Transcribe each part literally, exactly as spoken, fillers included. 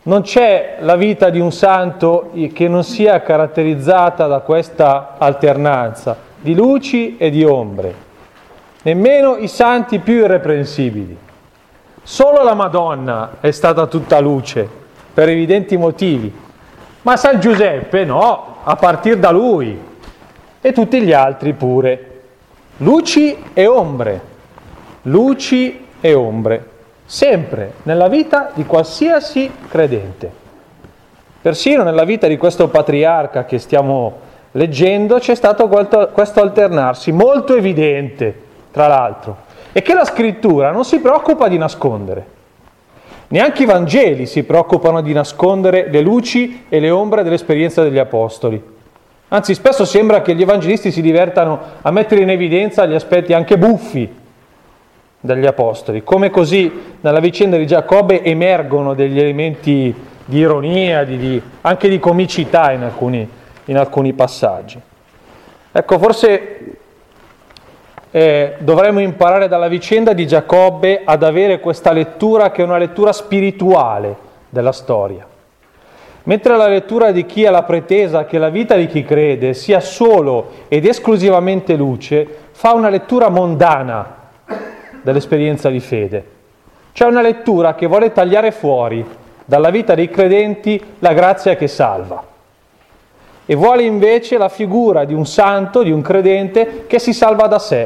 Non c'è la vita di un santo che non sia caratterizzata da questa alternanza di luci e di ombre, nemmeno i santi più irreprensibili. Solo la Madonna è stata tutta luce, per evidenti motivi, ma San Giuseppe no, a partire da lui, e tutti gli altri pure. Luci e ombre, luci e ombre, sempre nella vita di qualsiasi credente. Persino nella vita di questo patriarca che stiamo leggendo c'è stato questo alternarsi molto evidente, tra l'altro, e che la scrittura non si preoccupa di nascondere. Neanche i Vangeli si preoccupano di nascondere le luci e le ombre dell'esperienza degli Apostoli. Anzi, spesso sembra che gli evangelisti si divertano a mettere in evidenza gli aspetti anche buffi degli Apostoli, come così nella vicenda di Giacobbe emergono degli elementi di ironia, di, di, anche di comicità in alcuni, in alcuni passaggi. Ecco, forse eh, dovremmo imparare dalla vicenda di Giacobbe ad avere questa lettura che è una lettura spirituale della storia. Mentre la lettura di chi ha la pretesa che la vita di chi crede sia solo ed esclusivamente luce, fa una lettura mondana dell'esperienza di fede. C'è una lettura che vuole tagliare fuori dalla vita dei credenti la grazia che salva e vuole invece la figura di un santo, di un credente che si salva da sé,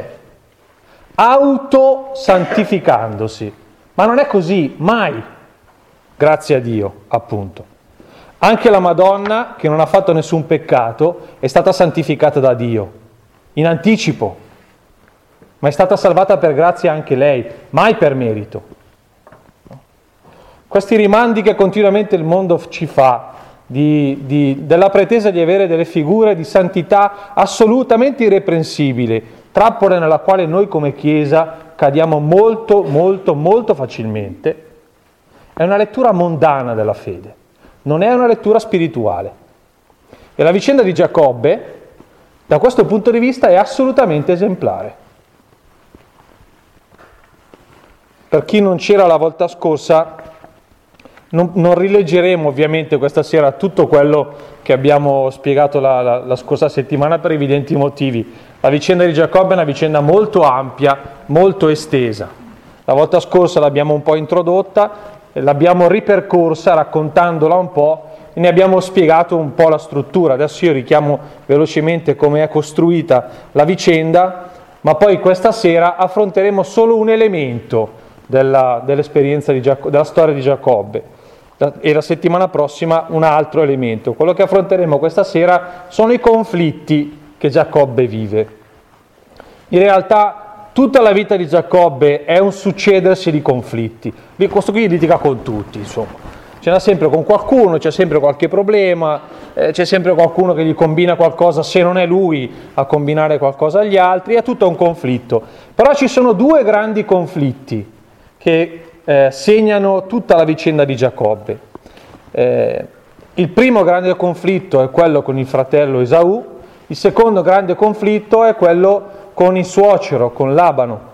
autosantificandosi. Ma non è così, mai, grazie a Dio, appunto. Anche la Madonna, che non ha fatto nessun peccato, è stata santificata da Dio, in anticipo, ma è stata salvata per grazia anche lei, mai per merito. Questi rimandi che continuamente il mondo ci fa, di, di, della pretesa di avere delle figure di santità assolutamente irreprensibili, trappole nella quale noi come Chiesa cadiamo molto, molto, molto facilmente, è una lettura mondana della fede. Non è una lettura spirituale. E la vicenda di Giacobbe, da questo punto di vista, è assolutamente esemplare. Per chi non c'era la volta scorsa, non, non rileggeremo ovviamente questa sera tutto quello che abbiamo spiegato la, la, la scorsa settimana per evidenti motivi. La vicenda di Giacobbe è una vicenda molto ampia, molto estesa. La volta scorsa l'abbiamo un po' introdotta, l'abbiamo ripercorsa raccontandola un po' e ne abbiamo spiegato un po' la struttura. Adesso io richiamo velocemente come è costruita la vicenda, ma poi questa sera affronteremo solo un elemento della, dell'esperienza di Giac- della storia di Giacobbe e la settimana prossima un altro elemento. Quello che affronteremo questa sera sono i conflitti che Giacobbe vive. In realtà tutta la vita di Giacobbe è un succedersi di conflitti. Questo qui litiga con tutti, insomma. Ce n'è sempre con qualcuno, c'è sempre qualche problema, eh, c'è sempre qualcuno che gli combina qualcosa, se non è lui a combinare qualcosa agli altri, è tutto un conflitto. Però ci sono due grandi conflitti che eh, segnano tutta la vicenda di Giacobbe. Eh, il primo grande conflitto è quello con il fratello Esaù, il secondo grande conflitto è quello con il suocero, con Labano.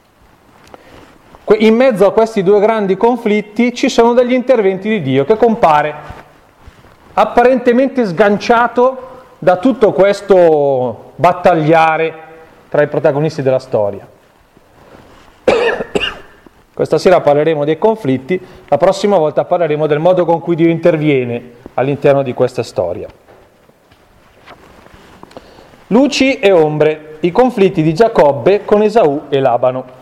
In mezzo a questi due grandi conflitti ci sono degli interventi di Dio che compare apparentemente sganciato da tutto questo battagliare tra i protagonisti della storia. Questa sera parleremo dei conflitti, la prossima volta parleremo del modo con cui Dio interviene all'interno di questa storia. Luci e ombre, i conflitti di Giacobbe con Esaù e Labano.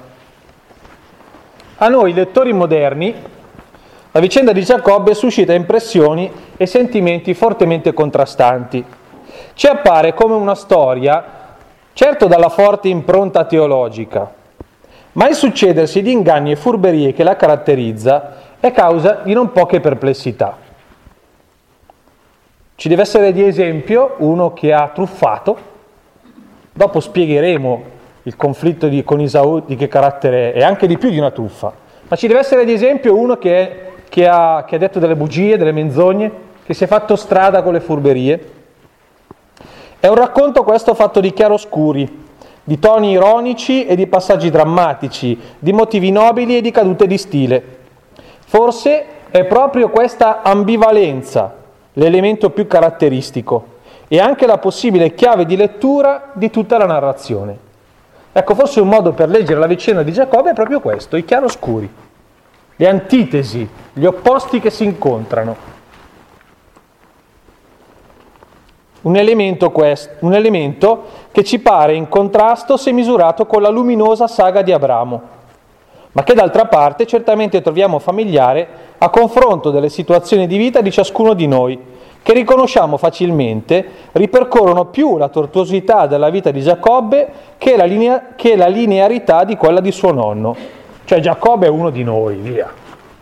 A noi, lettori moderni, la vicenda di Giacobbe suscita impressioni e sentimenti fortemente contrastanti. Ci appare come una storia, certo dalla forte impronta teologica, ma il succedersi di inganni e furberie che la caratterizza è causa di non poche perplessità. Ci deve essere di esempio uno che ha truffato, dopo spiegheremo il conflitto di, con Esaù di che carattere è, anche di più di una truffa, ma ci deve essere ad esempio uno che, è, che, ha, che ha detto delle bugie, delle menzogne, che si è fatto strada con le furberie. È un racconto questo fatto di chiaroscuri, di toni ironici e di passaggi drammatici, di motivi nobili e di cadute di stile. Forse è proprio questa ambivalenza l'elemento più caratteristico e anche la possibile chiave di lettura di tutta la narrazione. Ecco, forse un modo per leggere la vicenda di Giacobbe è proprio questo, i chiaroscuri, le antitesi, gli opposti che si incontrano. Un elemento, quest, un elemento che ci pare in contrasto se misurato con la luminosa saga di Abramo, ma che d'altra parte certamente troviamo familiare a confronto delle situazioni di vita di ciascuno di noi, che riconosciamo facilmente ripercorrono più la tortuosità della vita di Giacobbe che la, linea, che la linearità di quella di suo nonno. Cioè Giacobbe è uno di noi, via,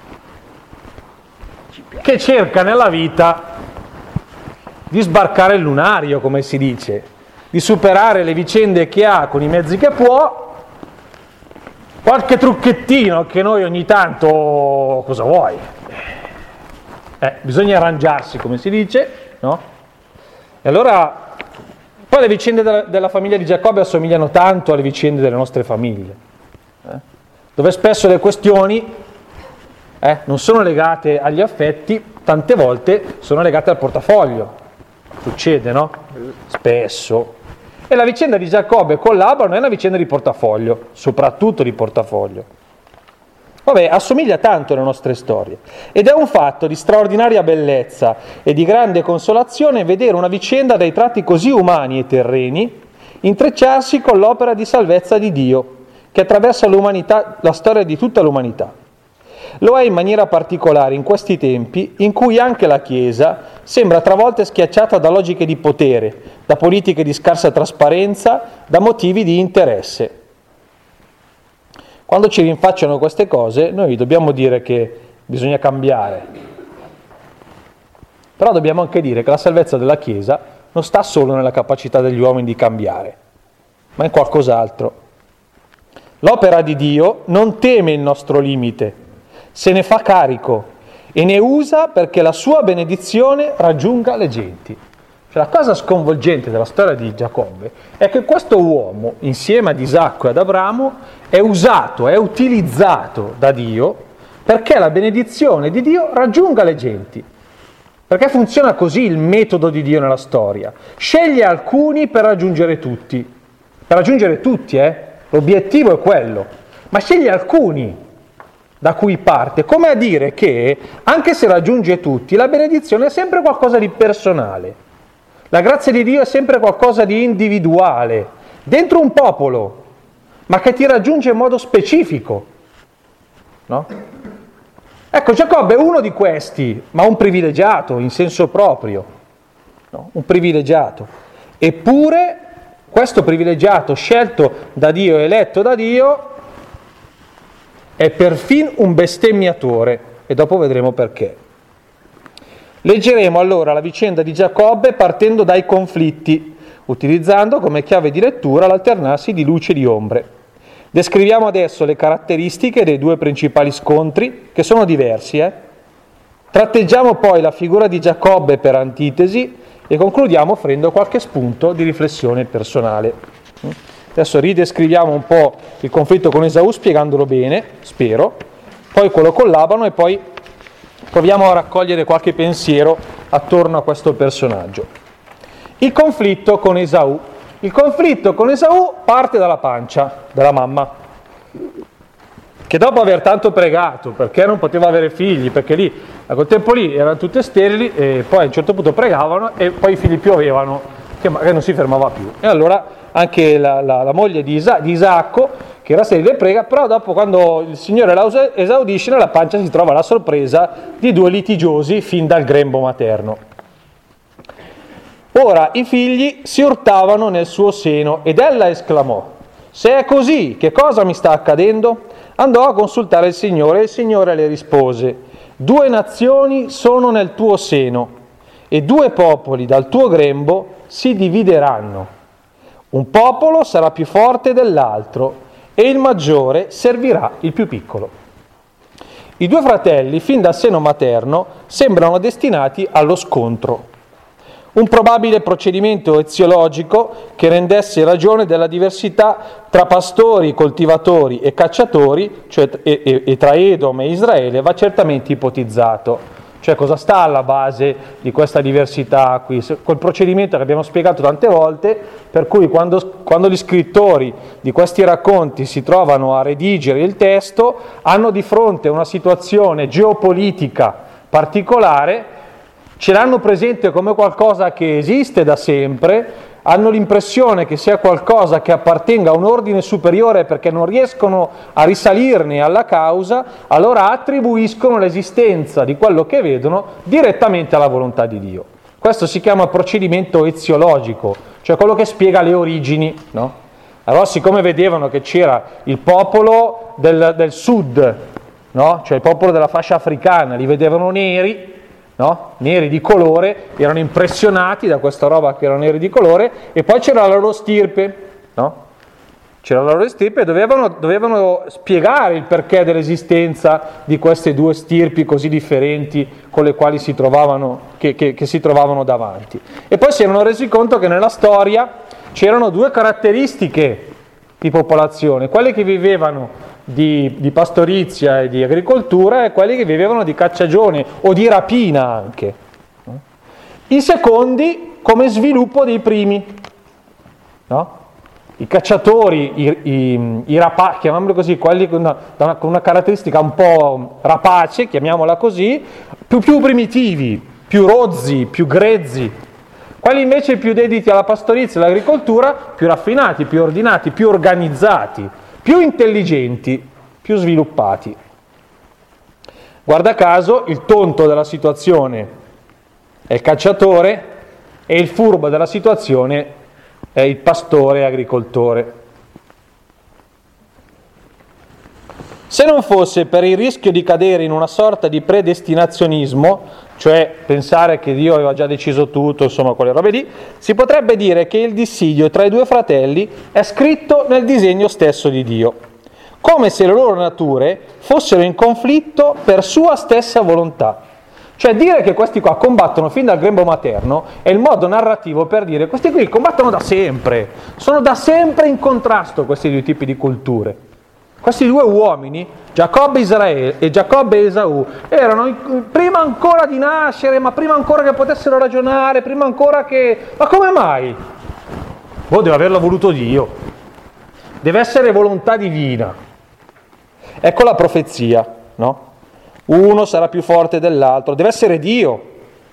che cerca nella vita di sbarcare il lunario, come si dice, di superare le vicende che ha con i mezzi che può, qualche trucchettino che noi ogni tanto, cosa vuoi? Eh, bisogna arrangiarsi, come si dice, no? E allora, poi le vicende della, della famiglia di Giacobbe assomigliano tanto alle vicende delle nostre famiglie, eh? dove spesso le questioni eh, non sono legate agli affetti, tante volte sono legate al portafoglio. Succede, no? Spesso. E la vicenda di Giacobbe con Labano è una vicenda di portafoglio, soprattutto di portafoglio. Vabbè, assomiglia tanto alle nostre storie. Ed è un fatto di straordinaria bellezza e di grande consolazione vedere una vicenda dai tratti così umani e terreni intrecciarsi con l'opera di salvezza di Dio, che attraversa l'umanità, la storia di tutta l'umanità. Lo è in maniera particolare in questi tempi in cui anche la Chiesa sembra travolta e schiacciata da logiche di potere, da politiche di scarsa trasparenza, da motivi di interesse. Quando ci rinfacciano queste cose, noi dobbiamo dire che bisogna cambiare. Però dobbiamo anche dire che la salvezza della Chiesa non sta solo nella capacità degli uomini di cambiare, ma in qualcos'altro. L'opera di Dio non teme il nostro limite, se ne fa carico e ne usa perché la sua benedizione raggiunga le genti. Cioè, la cosa sconvolgente della storia di Giacobbe è che questo uomo, insieme ad Isacco e ad Abramo, è usato, è utilizzato da Dio perché la benedizione di Dio raggiunga le genti. Perché funziona così il metodo di Dio nella storia. Sceglie alcuni per raggiungere tutti. Per raggiungere tutti, eh? L'obiettivo è quello. Ma sceglie alcuni da cui parte, come a dire che, anche se raggiunge tutti, la benedizione è sempre qualcosa di personale. La grazia di Dio è sempre qualcosa di individuale, dentro un popolo, ma che ti raggiunge in modo specifico. No? Ecco, Giacobbe è uno di questi, ma un privilegiato, in senso proprio. No? Un privilegiato. Eppure, questo privilegiato, scelto da Dio, eletto da Dio, è perfino un bestemmiatore, e dopo vedremo perché. Leggeremo allora la vicenda di Giacobbe partendo dai conflitti, utilizzando come chiave di lettura l'alternarsi di luce e di ombre. Descriviamo adesso le caratteristiche dei due principali scontri, che sono diversi. Eh? Tratteggiamo poi la figura di Giacobbe per antitesi e concludiamo offrendo qualche spunto di riflessione personale. Adesso ridescriviamo un po' il conflitto con Esaù spiegandolo bene, spero, poi quello con Labano e poi proviamo a raccogliere qualche pensiero attorno a questo personaggio. Il conflitto con Esaù. Il conflitto con Esaù parte dalla pancia della mamma, che dopo aver tanto pregato, perché non poteva avere figli, perché lì, a quel tempo lì erano tutte sterili, e poi a un certo punto pregavano e poi i figli piovevano, che magari non si fermava più. E allora anche la, la, la moglie di, Isa, di Isacco, che era sterile, prega, però dopo quando il Signore la esaudisce, nella pancia si trova la sorpresa di due litigiosi fin dal grembo materno. Ora i figli si urtavano nel suo seno ed ella esclamò: se è così, che cosa mi sta accadendo? Andò a consultare il Signore e il Signore le rispose: due nazioni sono nel tuo seno e due popoli dal tuo grembo si divideranno. Un popolo sarà più forte dell'altro e il maggiore servirà il più piccolo. I due fratelli, fin dal seno materno, sembrano destinati allo scontro. un probabile procedimento eziologico che rendesse ragione della diversità tra pastori, coltivatori e cacciatori, cioè e, e, e tra Edom e Israele, va certamente ipotizzato. Cioè cosa sta alla base di questa diversità qui? Quel procedimento che abbiamo spiegato tante volte, per cui quando, quando gli scrittori di questi racconti si trovano a redigere il testo, hanno di fronte una situazione geopolitica particolare, ce l'hanno presente come qualcosa che esiste da sempre, hanno l'impressione che sia qualcosa che appartenga a un ordine superiore perché non riescono a risalirne alla causa, allora attribuiscono l'esistenza di quello che vedono direttamente alla volontà di Dio. Questo si chiama procedimento eziologico, cioè quello che spiega le origini, no? Allora, siccome vedevano che c'era il popolo del, del sud, no? Cioè il popolo della fascia africana, li vedevano neri, no? Neri di colore, erano impressionati da questa roba che erano neri di colore, e poi c'era la loro stirpe, no? C'era la loro stirpe e dovevano, dovevano spiegare il perché dell'esistenza di queste due stirpi così differenti con le quali si trovavano, che, che, che si trovavano davanti. E poi si erano resi conto che nella storia c'erano due caratteristiche di popolazione, quelle che vivevano Di, di pastorizia e di agricoltura e quelli che vivevano di cacciagione o di rapina anche. I secondi come sviluppo dei primi, no? I cacciatori, i, i, i rapaci, chiamiamoli così, quelli con una, una, con una caratteristica un po' rapace, chiamiamola così, più, più primitivi, più rozzi, più grezzi. Quelli invece più dediti alla pastorizia e all'agricoltura, più raffinati, più ordinati, più organizzati, più intelligenti, più sviluppati. Guarda caso, il tonto della situazione è il cacciatore e il furbo della situazione è il pastore e agricoltore. Se non fosse per il rischio di cadere in una sorta di predestinazionismo, cioè pensare che Dio aveva già deciso tutto, insomma quelle robe lì, si potrebbe dire che il dissidio tra i due fratelli è scritto nel disegno stesso di Dio, come se le loro nature fossero in conflitto per sua stessa volontà. Cioè dire che questi qua combattono fin dal grembo materno è il modo narrativo per dire questi qui combattono da sempre, sono da sempre in contrasto questi due tipi di culture. Questi due uomini, Giacobbe e Israele e Giacobbe e Esaù, erano prima ancora di nascere, ma prima ancora che potessero ragionare, prima ancora che... Ma come mai? Boh, deve averlo voluto Dio. Deve essere volontà divina. Ecco la profezia, no? Uno sarà più forte dell'altro, deve essere Dio.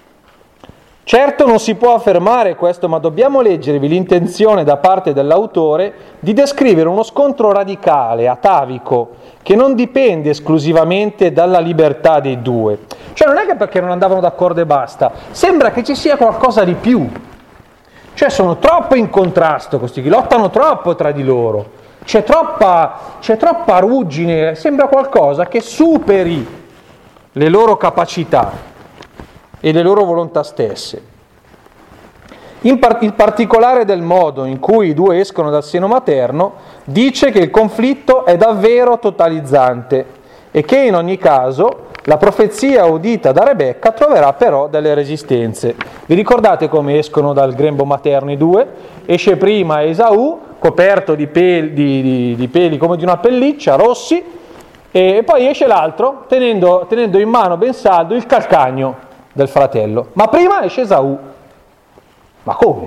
Certo non si può affermare questo, ma dobbiamo leggervi l'intenzione da parte dell'autore di descrivere uno scontro radicale, atavico, che non dipende esclusivamente dalla libertà dei due. Cioè non è che perché non andavano d'accordo e basta, sembra che ci sia qualcosa di più. Cioè sono troppo in contrasto questi qui, lottano troppo tra di loro, c'è troppa, c'è troppa ruggine, sembra qualcosa che superi le loro capacità e le loro volontà stesse. In par- il particolare del modo in cui i due escono dal seno materno dice che il conflitto è davvero totalizzante e che in ogni caso la profezia udita da Rebecca troverà però delle resistenze. Vi ricordate come escono dal grembo materno i due? Esce prima Esaù, coperto di peli, di, di, di peli come di una pelliccia, rossi, e poi esce l'altro tenendo, tenendo in mano ben saldo il calcagno del fratello, ma prima esce Esaù. Ma come?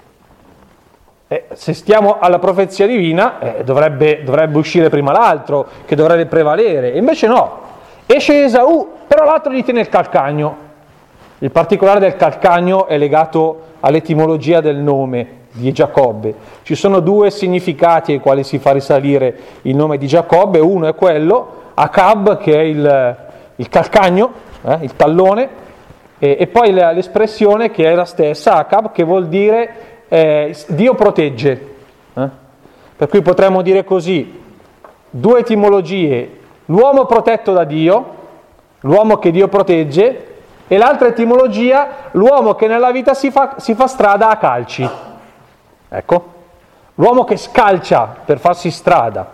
Eh, se stiamo alla profezia divina eh, dovrebbe, dovrebbe uscire prima l'altro, che dovrebbe prevalere, e invece no, esce Esaù, però l'altro gli tiene il calcagno. Il particolare del calcagno è legato all'etimologia del nome di Giacobbe. Ci sono due significati ai quali si fa risalire il nome di Giacobbe. Uno è quello, Acab, che è il, il calcagno, eh, il tallone, e, e poi l'espressione che è la stessa, Acab, che vuol dire eh, Dio protegge. Eh? Per cui potremmo dire così, due etimologie, l'uomo protetto da Dio, l'uomo che Dio protegge, e l'altra etimologia, l'uomo che nella vita si fa, si fa strada a calci. Ecco, l'uomo che scalcia per farsi strada.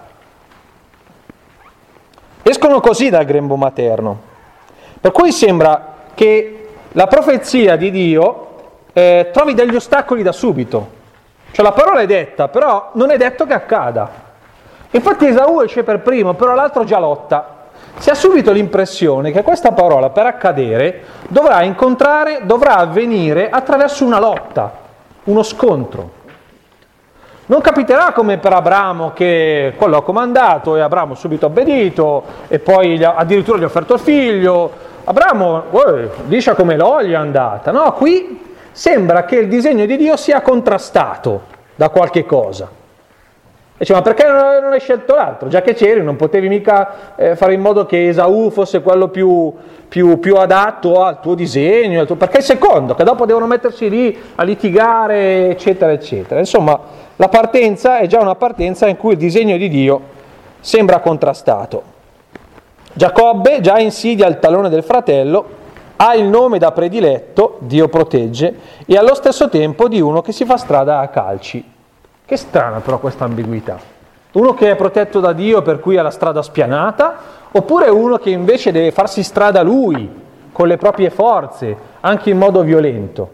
Escono così dal grembo materno. Per cui sembra che la profezia di Dio eh, trovi degli ostacoli da subito. Cioè la parola è detta, però non è detto che accada. Infatti Esaù esce per primo, però l'altro già lotta. Si ha subito l'impressione che questa parola, per accadere, dovrà incontrare, dovrà avvenire attraverso una lotta, uno scontro. Non capiterà come per Abramo, che quello ha comandato e Abramo subito ha obbedito e poi gli ha, addirittura gli ha offerto il figlio. Abramo, uè, liscia come l'olio è andata. No, qui sembra che il disegno di Dio sia contrastato da qualche cosa. E dice, ma perché non hai scelto l'altro? Già che c'eri non potevi mica eh, fare in modo che Esaù fosse quello più, più, più adatto al tuo disegno, al tuo... perché il secondo, che dopo devono mettersi lì a litigare, eccetera, eccetera. Insomma, la partenza è già una partenza in cui il disegno di Dio sembra contrastato. Giacobbe già insidia il tallone del fratello, ha il nome da prediletto, Dio protegge, e allo stesso tempo di uno che si fa strada a calci. Che strana però questa ambiguità. Uno che è protetto da Dio per cui ha la strada spianata, oppure uno che invece deve farsi strada lui, con le proprie forze, anche in modo violento.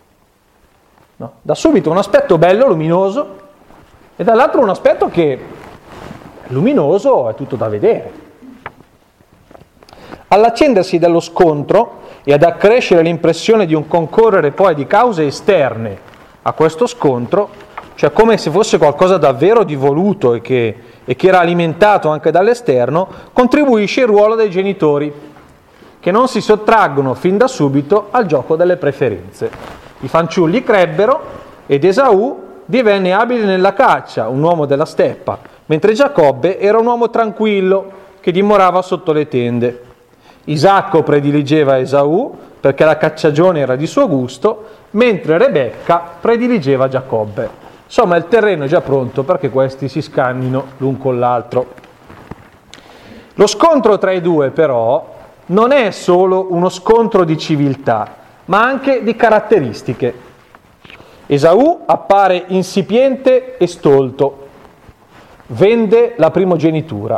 No? Da subito un aspetto bello, luminoso, e dall'altro un aspetto che è luminoso, è tutto da vedere. All'accendersi dello scontro e ad accrescere l'impressione di un concorrere poi di cause esterne a questo scontro, cioè come se fosse qualcosa davvero di voluto e che, e che era alimentato anche dall'esterno, contribuisce il ruolo dei genitori, che non si sottraggono fin da subito al gioco delle preferenze. I fanciulli crebbero ed Esaù divenne abile nella caccia, un uomo della steppa, mentre Giacobbe era un uomo tranquillo che dimorava sotto le tende. Isacco prediligeva Esaù perché la cacciagione era di suo gusto, mentre Rebecca prediligeva Giacobbe. Insomma, il terreno è già pronto perché questi si scannino l'un con l'altro. Lo scontro tra i due, però, non è solo uno scontro di civiltà, ma anche di caratteristiche. Esaù appare insipiente e stolto, vende la primogenitura.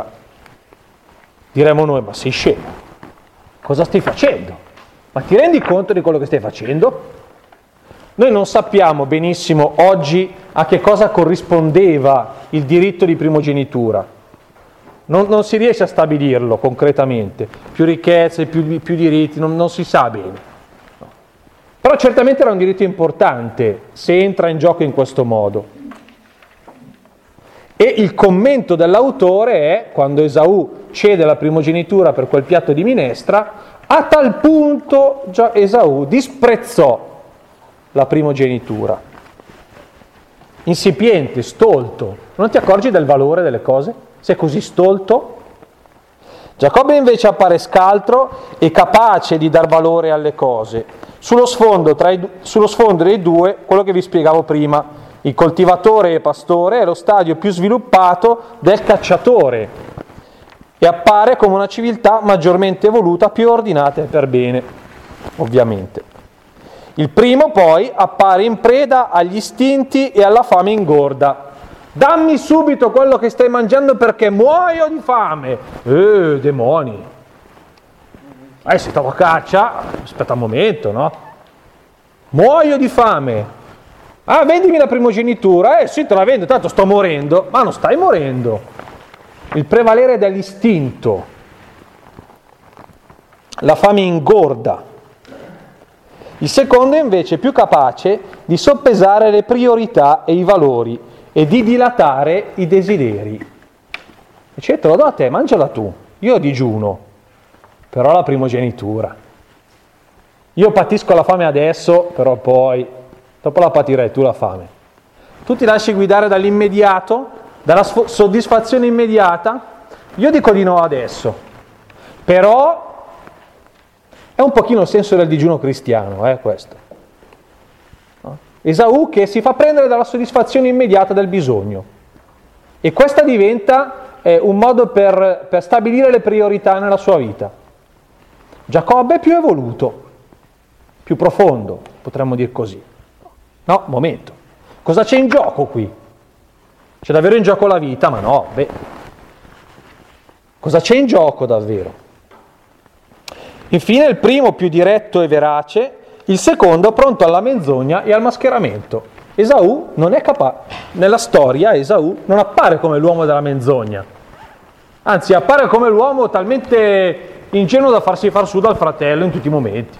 Diremo noi, ma sei scemo? Cosa stai facendo? Ma ti rendi conto di quello che stai facendo? Noi non sappiamo benissimo oggi a che cosa corrispondeva il diritto di primogenitura. Non, non si riesce a stabilirlo concretamente. Più ricchezze, più, più diritti, non, non si sa bene. No. Però certamente era un diritto importante se entra in gioco in questo modo. E il commento dell'autore è, quando Esaù cede la primogenitura per quel piatto di minestra, a tal punto già Esaù disprezzò la primogenitura. Insipiente, stolto. Non ti accorgi del valore delle cose? Sei così stolto? Giacobbe invece appare scaltro e capace di dar valore alle cose. Sullo sfondo, tra i, sullo sfondo dei due, quello che vi spiegavo prima, il coltivatore e pastore è lo stadio più sviluppato del cacciatore e appare come una civiltà maggiormente evoluta, più ordinata e per bene, ovviamente. Il primo poi appare in preda agli istinti e alla fame ingorda. Dammi subito quello che stai mangiando perché muoio di fame. Eh, demoni. Eh, se stavo a caccia, aspetta un momento, no? Muoio di fame. Ah, vendimi la primogenitura. Eh, sì, te la vendo, tanto sto morendo. Ma non stai morendo. Il prevalere dell'istinto. La fame ingorda. Il secondo invece è più capace di soppesare le priorità e i valori e di dilatare i desideri. Dice, te lo do a te, mangiala tu, io digiuno, però la primogenitura. Io patisco la fame adesso, però poi, dopo la patirai tu la fame. Tu ti lasci guidare dall'immediato, dalla soddisfazione immediata, io dico di no adesso, però... È un pochino il senso del digiuno cristiano, eh, questo. No? Esaù che si fa prendere dalla soddisfazione immediata del bisogno. E questa diventa eh, un modo per, per stabilire le priorità nella sua vita. Giacobbe è più evoluto, più profondo, potremmo dire così. No, momento. Cosa c'è in gioco qui? C'è davvero in gioco la vita? Ma no, beh. Cosa c'è in gioco davvero? Infine il primo, più diretto e verace, Il secondo pronto alla menzogna e al mascheramento. Esaù non è capace, nella storia Esaù non appare come l'uomo della menzogna, anzi appare come l'uomo talmente ingenuo da farsi far su dal fratello in tutti i momenti.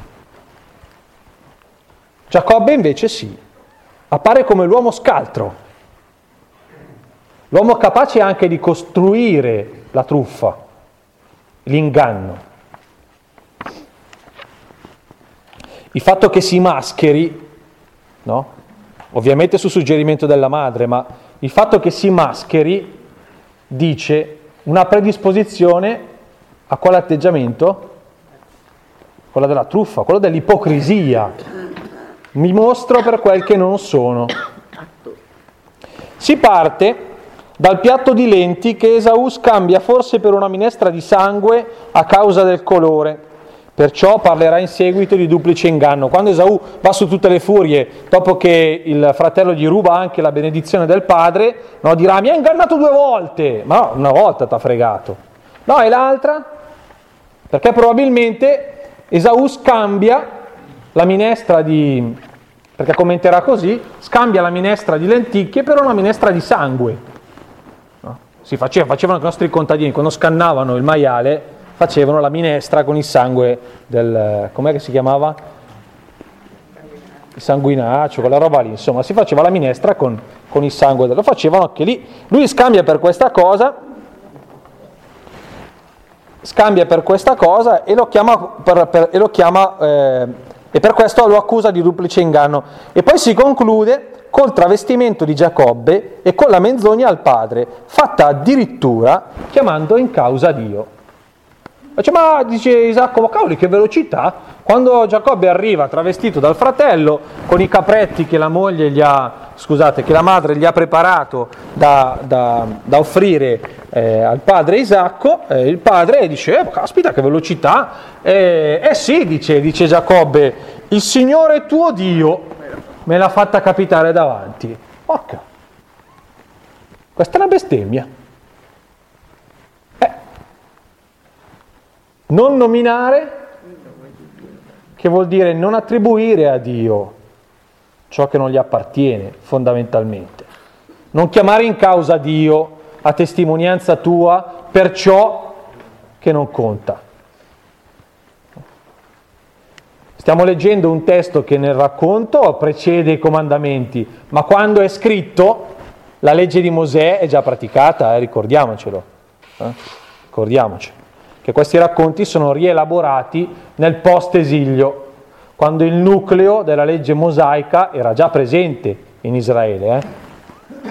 Giacobbe invece sì, appare come l'uomo scaltro, l'uomo capace anche di costruire la truffa, l'inganno. Il fatto che si mascheri, no? Ovviamente su suggerimento della madre, ma il fatto che si mascheri dice una predisposizione a quale atteggiamento? Quella della truffa, quella dell'ipocrisia. Mi mostro per quel che non sono. Si parte dal piatto di lenti che Esaù scambia forse per una minestra di sangue a causa del colore. Perciò parlerà in seguito di duplice inganno. Quando Esaù va su tutte le furie, dopo che il fratello gli ruba anche la benedizione del padre, no, dirà: mi ha ingannato due volte. Ma no, una volta t'ha fregato. No, e l'altra? Perché probabilmente Esaù scambia la minestra di... perché commenterà così, scambia la minestra di lenticchie per una minestra di sangue. No? Si faceva, facevano i nostri contadini, quando scannavano il maiale, facevano la minestra con il sangue del... com'è che si chiamava? Il sanguinaccio, quella roba lì, insomma, si faceva la minestra con, con il sangue, lo facevano anche lì. Lui scambia per questa cosa, scambia per questa cosa e lo chiama, per, per, e, lo chiama eh, e per questo lo accusa di duplice inganno. E poi si conclude col travestimento di Giacobbe e con la menzogna al padre, fatta addirittura chiamando in causa Dio. Dice, ma dice Isacco, ma cavoli, che velocità! Quando Giacobbe arriva travestito dal fratello, con i capretti che la moglie gli ha, scusate, che la madre gli ha preparato da, da, da offrire eh, al padre Isacco, eh, il padre dice, eh, caspita, che velocità! Eh, eh sì, dice, dice Giacobbe, il Signore tuo Dio me l'ha fatta capitare davanti. Ok. Questa è una bestemmia. Non nominare, che vuol dire non attribuire a Dio ciò che non gli appartiene, fondamentalmente. Non chiamare in causa Dio a testimonianza tua per ciò che non conta. Stiamo leggendo un testo che nel racconto precede i comandamenti, ma quando è scritto la legge di Mosè è già praticata, eh, ricordiamocelo. Eh? Ricordiamoci. Che questi racconti sono rielaborati nel post-esilio, quando il nucleo della legge mosaica era già presente in Israele. Eh?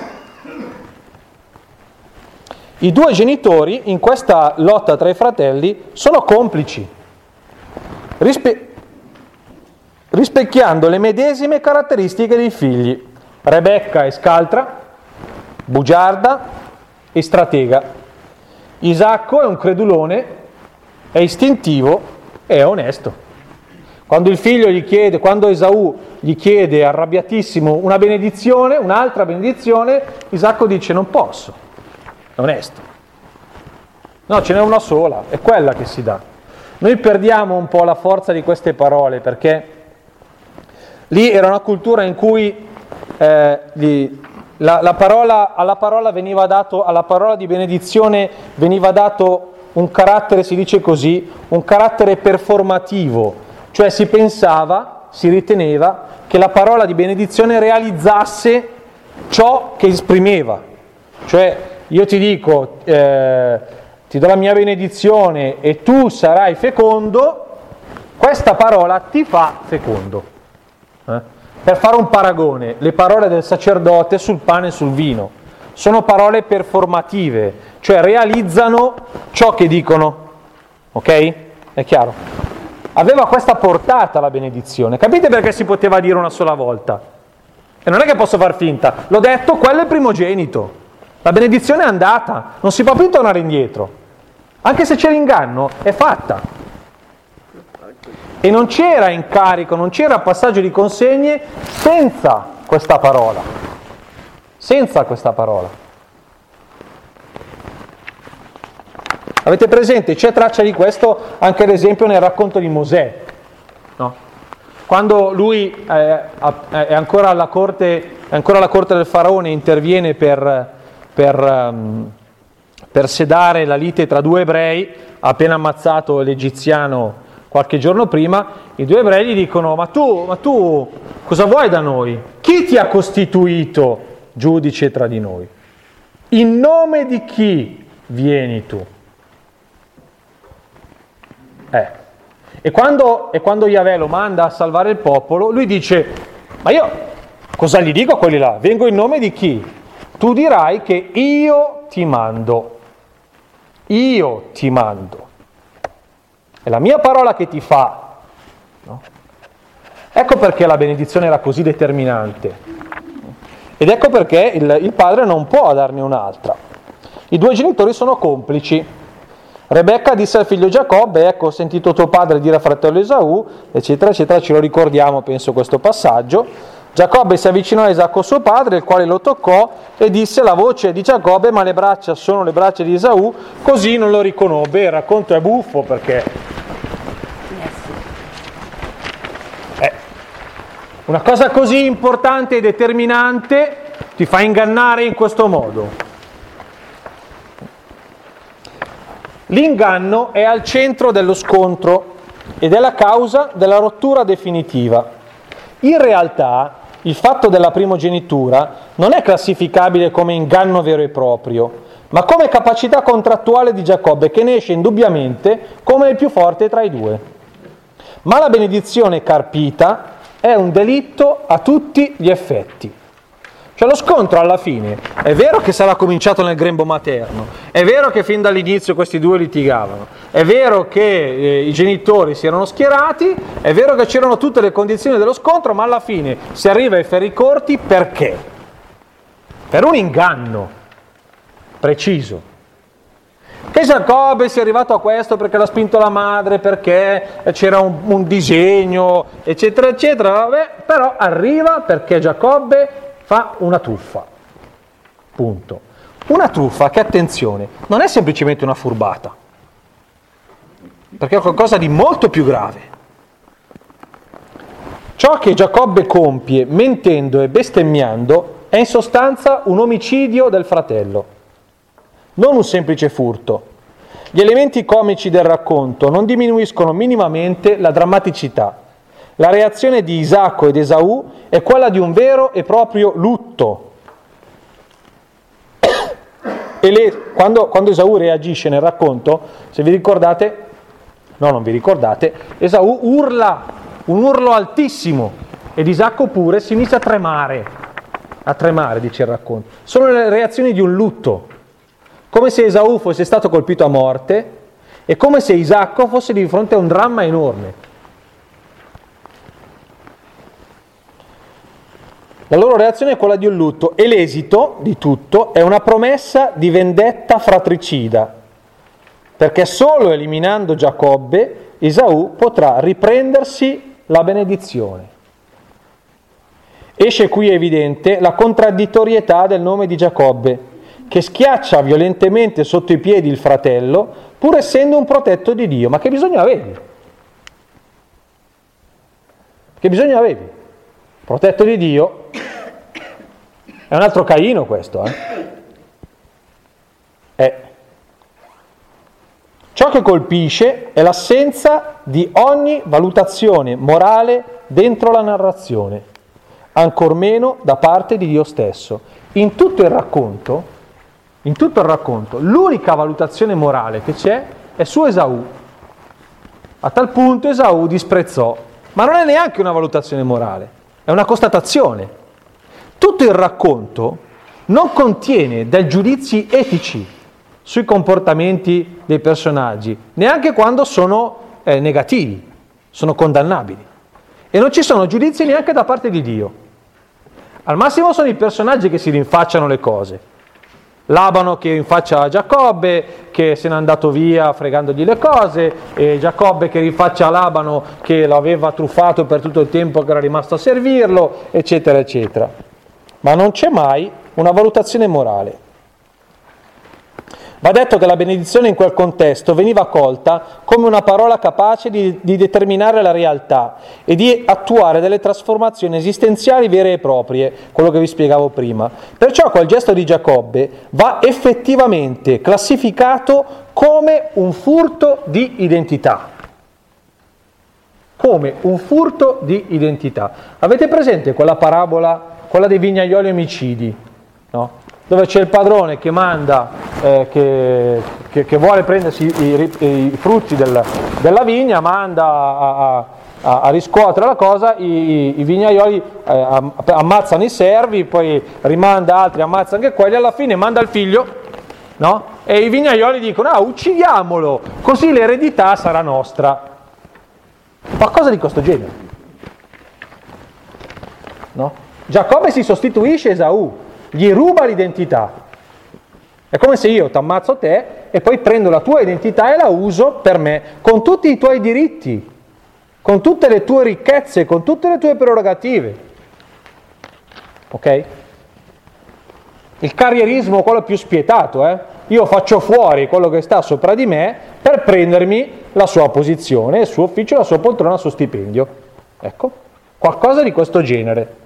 I due genitori in questa lotta tra i fratelli sono complici, rispe- rispecchiando le medesime caratteristiche dei figli. Rebecca è scaltra, bugiarda e stratega. Isacco è un credulone, è istintivo e è onesto. Quando il figlio gli chiede, quando Esaù gli chiede arrabbiatissimo una benedizione, un'altra benedizione, Isacco dice non posso, è onesto. No, ce n'è una sola, è quella che si dà. Noi perdiamo un po' la forza di queste parole perché lì era una cultura in cui eh, gli, la, la parola, alla parola veniva dato, alla parola di benedizione veniva dato un carattere, si dice così, un carattere performativo, cioè si pensava, si riteneva che la parola di benedizione realizzasse ciò che esprimeva. Cioè io ti dico, eh, ti do la mia benedizione e tu sarai fecondo, questa parola ti fa fecondo. Eh? Per fare un paragone, le parole del sacerdote sul pane e sul vino sono parole performative, cioè realizzano ciò che dicono, ok? È chiaro? Aveva questa portata la benedizione, capite perché si poteva dire una sola volta? E non è che posso far finta, l'ho detto, quello è il primogenito, la benedizione è andata, non si può più tornare indietro, anche se c'è l'inganno, è fatta. E non c'era incarico, non c'era passaggio di consegne senza questa parola. Senza questa parola. Avete presente? C'è traccia di questo anche ad esempio nel racconto di Mosè. No? quando lui eh, è, ancora alla corte, è ancora alla corte del faraone, interviene per, per, um, per sedare la lite tra due ebrei, ha appena ammazzato l'egiziano qualche giorno prima, i due ebrei gli dicono: ma tu, ma tu cosa vuoi da noi? Chi ti ha costituito giudice tra di noi? In nome di chi vieni tu? Eh. E quando, e quando Yahweh lo manda a salvare il popolo, lui dice: ma io cosa gli dico a quelli là? Vengo in nome di chi? Tu dirai che io ti mando. Io ti mando. È la mia parola che ti fa. No? Ecco perché la benedizione era così determinante. Ed ecco perché il, il padre non può darne un'altra. I due genitori sono complici. Rebecca disse al figlio Giacobbe: ecco, ho sentito tuo padre dire al fratello Esaù, eccetera, eccetera, ce lo ricordiamo, penso, questo passaggio. Giacobbe si avvicinò a Isacco suo padre, il quale lo toccò e disse: la voce di Giacobbe, ma le braccia sono le braccia di Esaù, così non lo riconobbe. Il racconto è buffo perché eh, una cosa così importante e determinante ti fa ingannare in questo modo. L'inganno è al centro dello scontro ed è la causa della rottura definitiva. In realtà il fatto della primogenitura non è classificabile come inganno vero e proprio, ma come capacità contrattuale di Giacobbe, che ne esce indubbiamente come il più forte tra i due. Ma la benedizione carpita è un delitto a tutti gli effetti. Cioè lo scontro alla fine è vero che sarà cominciato nel grembo materno, è vero che fin dall'inizio questi due litigavano, è vero che eh, i genitori si erano schierati, è vero che c'erano tutte le condizioni dello scontro, ma alla fine si arriva ai ferri corti perché? Per un inganno preciso. Che Giacobbe sia arrivato a questo perché l'ha spinto la madre, perché c'era un, un disegno, eccetera, eccetera, vabbè, però arriva perché Giacobbe fa una truffa, punto. Una truffa che, attenzione, non è semplicemente una furbata, perché è qualcosa di molto più grave. Ciò che Giacobbe compie mentendo e bestemmiando è in sostanza un omicidio del fratello, non un semplice furto. Gli elementi comici del racconto non diminuiscono minimamente la drammaticità. La reazione di Isacco ed Esaù è quella di un vero e proprio lutto. E le, quando, quando Esaù reagisce nel racconto, se vi ricordate, no, non vi ricordate, Esaù urla, un urlo altissimo, ed Isacco pure si inizia a tremare, a tremare, dice il racconto. Sono le reazioni di un lutto, come se Esaù fosse stato colpito a morte e come se Isacco fosse di fronte a un dramma enorme. La loro reazione è quella di un lutto e l'esito di tutto è una promessa di vendetta fratricida, perché solo eliminando Giacobbe Esaù potrà riprendersi la benedizione. Esce qui evidente la contraddittorietà del nome di Giacobbe, che schiaccia violentemente sotto i piedi il fratello, pur essendo un protetto di Dio. Ma che bisogno avevi? Che bisogno avevi? Protetto di Dio, è un altro Caino questo, eh? È. Ciò che colpisce è l'assenza di ogni valutazione morale dentro la narrazione, ancor meno da parte di Dio stesso. In tutto il racconto, in tutto il racconto, l'unica valutazione morale che c'è è su Esaù. A tal punto Esaù disprezzò, ma non è neanche una valutazione morale. È una constatazione. Tutto il racconto non contiene dei giudizi etici sui comportamenti dei personaggi, neanche quando sono eh, negativi, sono condannabili. E non ci sono giudizi neanche da parte di Dio. Al massimo sono i personaggi che si rinfacciano le cose. Labano che rinfaccia a Giacobbe, che se n'è andato via fregandogli le cose, e Giacobbe che rinfaccia a Labano che l'aveva truffato per tutto il tempo che era rimasto a servirlo, eccetera, eccetera. Ma non c'è mai una valutazione morale. Va detto che la benedizione in quel contesto veniva colta come una parola capace di, di determinare la realtà e di attuare delle trasformazioni esistenziali vere e proprie, quello che vi spiegavo prima. Perciò quel gesto di Giacobbe va effettivamente classificato come un furto di identità. Come un furto di identità. Avete presente quella parabola, quella dei vignaioli omicidi, no? Dove c'è il padrone che manda, eh, che, che, che vuole prendersi i, i, i frutti del, della vigna, manda a, a, a riscuotere la cosa, i, i vignaioli eh, ammazzano i servi, poi rimanda altri, ammazzano anche quelli, alla fine manda il figlio, no? E i vignaioli dicono, ah, uccidiamolo, così l'eredità sarà nostra. Qualcosa di questo genere, no? Giacobbe si sostituisce a Esaù, gli ruba l'identità. È come se io ti ammazzo te e poi prendo la tua identità e la uso per me, con tutti i tuoi diritti, con tutte le tue ricchezze, con tutte le tue prerogative. Ok? Il carrierismo, quello più spietato, eh? Io faccio fuori quello che sta sopra di me per prendermi la sua posizione, il suo ufficio, la sua poltrona, il suo stipendio. Ecco, qualcosa di questo genere.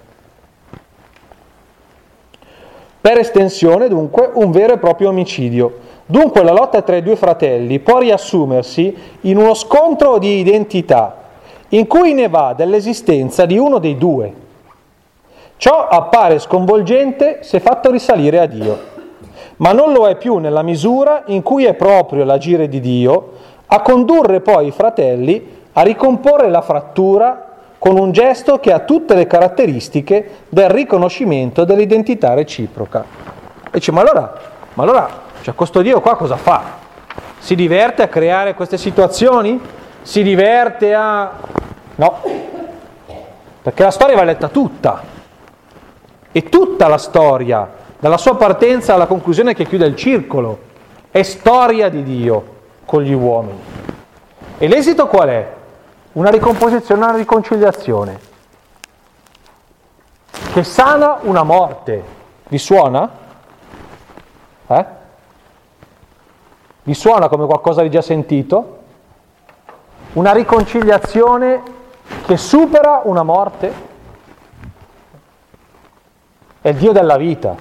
Per estensione, dunque, un vero e proprio omicidio. Dunque la lotta tra i due fratelli può riassumersi in uno scontro di identità, in cui ne va dell'esistenza di uno dei due. Ciò appare sconvolgente se fatto risalire a Dio, ma non lo è più nella misura in cui è proprio l'agire di Dio a condurre poi i fratelli a ricomporre la frattura con un gesto che ha tutte le caratteristiche del riconoscimento dell'identità reciproca. E dice, ma allora, ma allora, cioè questo Dio qua cosa fa? Si diverte a creare queste situazioni? Si diverte a... No, perché la storia va letta tutta. E tutta la storia, dalla sua partenza alla conclusione che chiude il circolo, è storia di Dio con gli uomini. E l'esito qual è? Una ricomposizione, una riconciliazione che sana una morte. Vi suona? Eh? Vi suona come qualcosa di già sentito? Una riconciliazione che supera una morte? È il Dio della vita.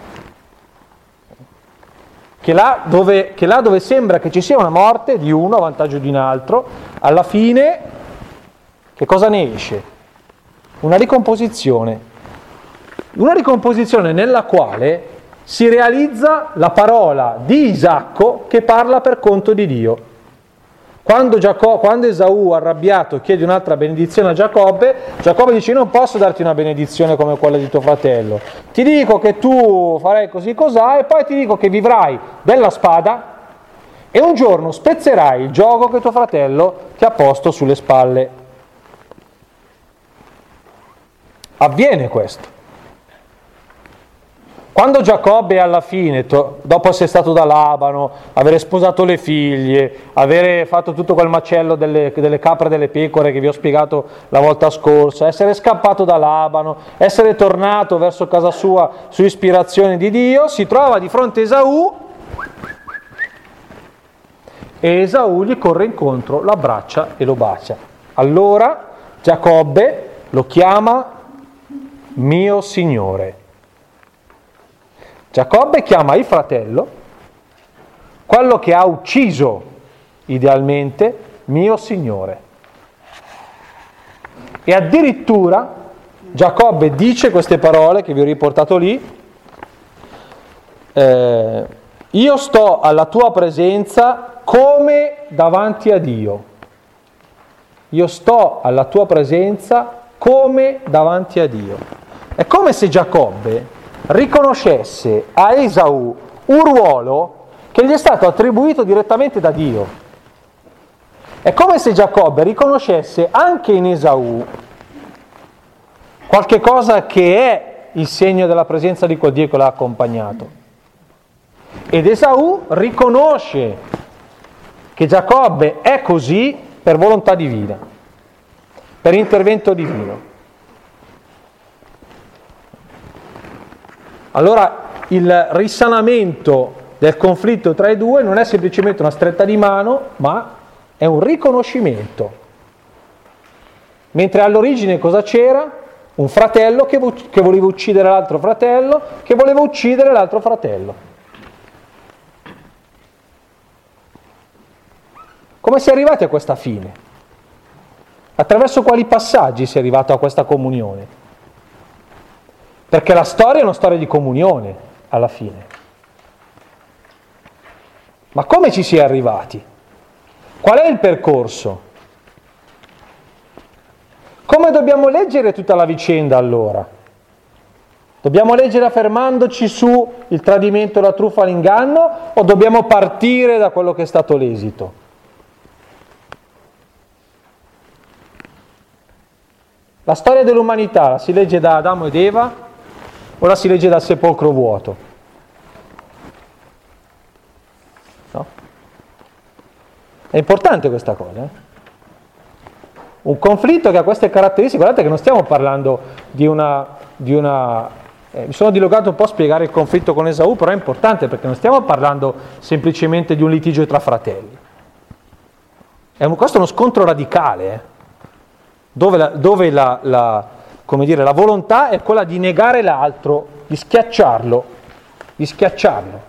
Che là dove, che là dove sembra che ci sia una morte di uno a vantaggio di un altro, alla fine... Che cosa ne esce? Una ricomposizione. Una ricomposizione nella quale si realizza la parola di Isacco che parla per conto di Dio. Quando, Giacobbe, quando Esaù, arrabbiato, chiede un'altra benedizione a Giacobbe, Giacobbe dice, io non posso darti una benedizione come quella di tuo fratello. Ti dico che tu farai così cos'ha e poi ti dico che vivrai della spada e un giorno spezzerai il giogo che tuo fratello ti ha posto sulle spalle. Avviene questo. Quando Giacobbe alla fine, to- dopo essere stato da Labano, avere sposato le figlie, avere fatto tutto quel macello delle, delle capre e delle pecore che vi ho spiegato la volta scorsa, essere scappato da Labano, essere tornato verso casa sua su ispirazione di Dio, si trova di fronte a Esaù e Esaù gli corre incontro, lo abbraccia e lo bacia. Allora Giacobbe lo chiama mio Signore. Giacobbe chiama il fratello, quello che ha ucciso idealmente, mio Signore. E addirittura Giacobbe dice queste parole che vi ho riportato lì, eh, io sto alla tua presenza come davanti a Dio. Io sto alla tua presenza come davanti a Dio. È come se Giacobbe riconoscesse a Esaù un ruolo che gli è stato attribuito direttamente da Dio. È come se Giacobbe riconoscesse anche in Esaù qualche cosa che è il segno della presenza di quel Dio che l'ha accompagnato. Ed Esaù riconosce che Giacobbe è così per volontà divina, per intervento divino. Allora il risanamento del conflitto tra i due non è semplicemente una stretta di mano, ma è un riconoscimento. Mentre all'origine cosa c'era? Un fratello che, che voleva uccidere l'altro fratello, che voleva uccidere l'altro fratello. Come si è arrivati a questa fine? Attraverso quali passaggi si è arrivato a questa comunione? Perché la storia è una storia di comunione, alla fine. Ma come ci si è arrivati? Qual è il percorso? Come dobbiamo leggere tutta la vicenda allora? Dobbiamo leggere fermandoci su il tradimento, la truffa, l'inganno, o dobbiamo partire da quello che è stato l'esito? La storia dell'umanità la si legge da Adamo ed Eva o la si legge dal sepolcro vuoto? No? È importante questa cosa, eh? Un conflitto che ha queste caratteristiche. Guardate che non stiamo parlando di una... Di una eh, mi sono dilogato un po' a spiegare il conflitto con Esaù, però è importante perché non stiamo parlando semplicemente di un litigio tra fratelli. È un, questo è uno scontro radicale, eh? dove, la, dove la, la, come dire, la volontà è quella di negare l'altro, di schiacciarlo, di schiacciarlo.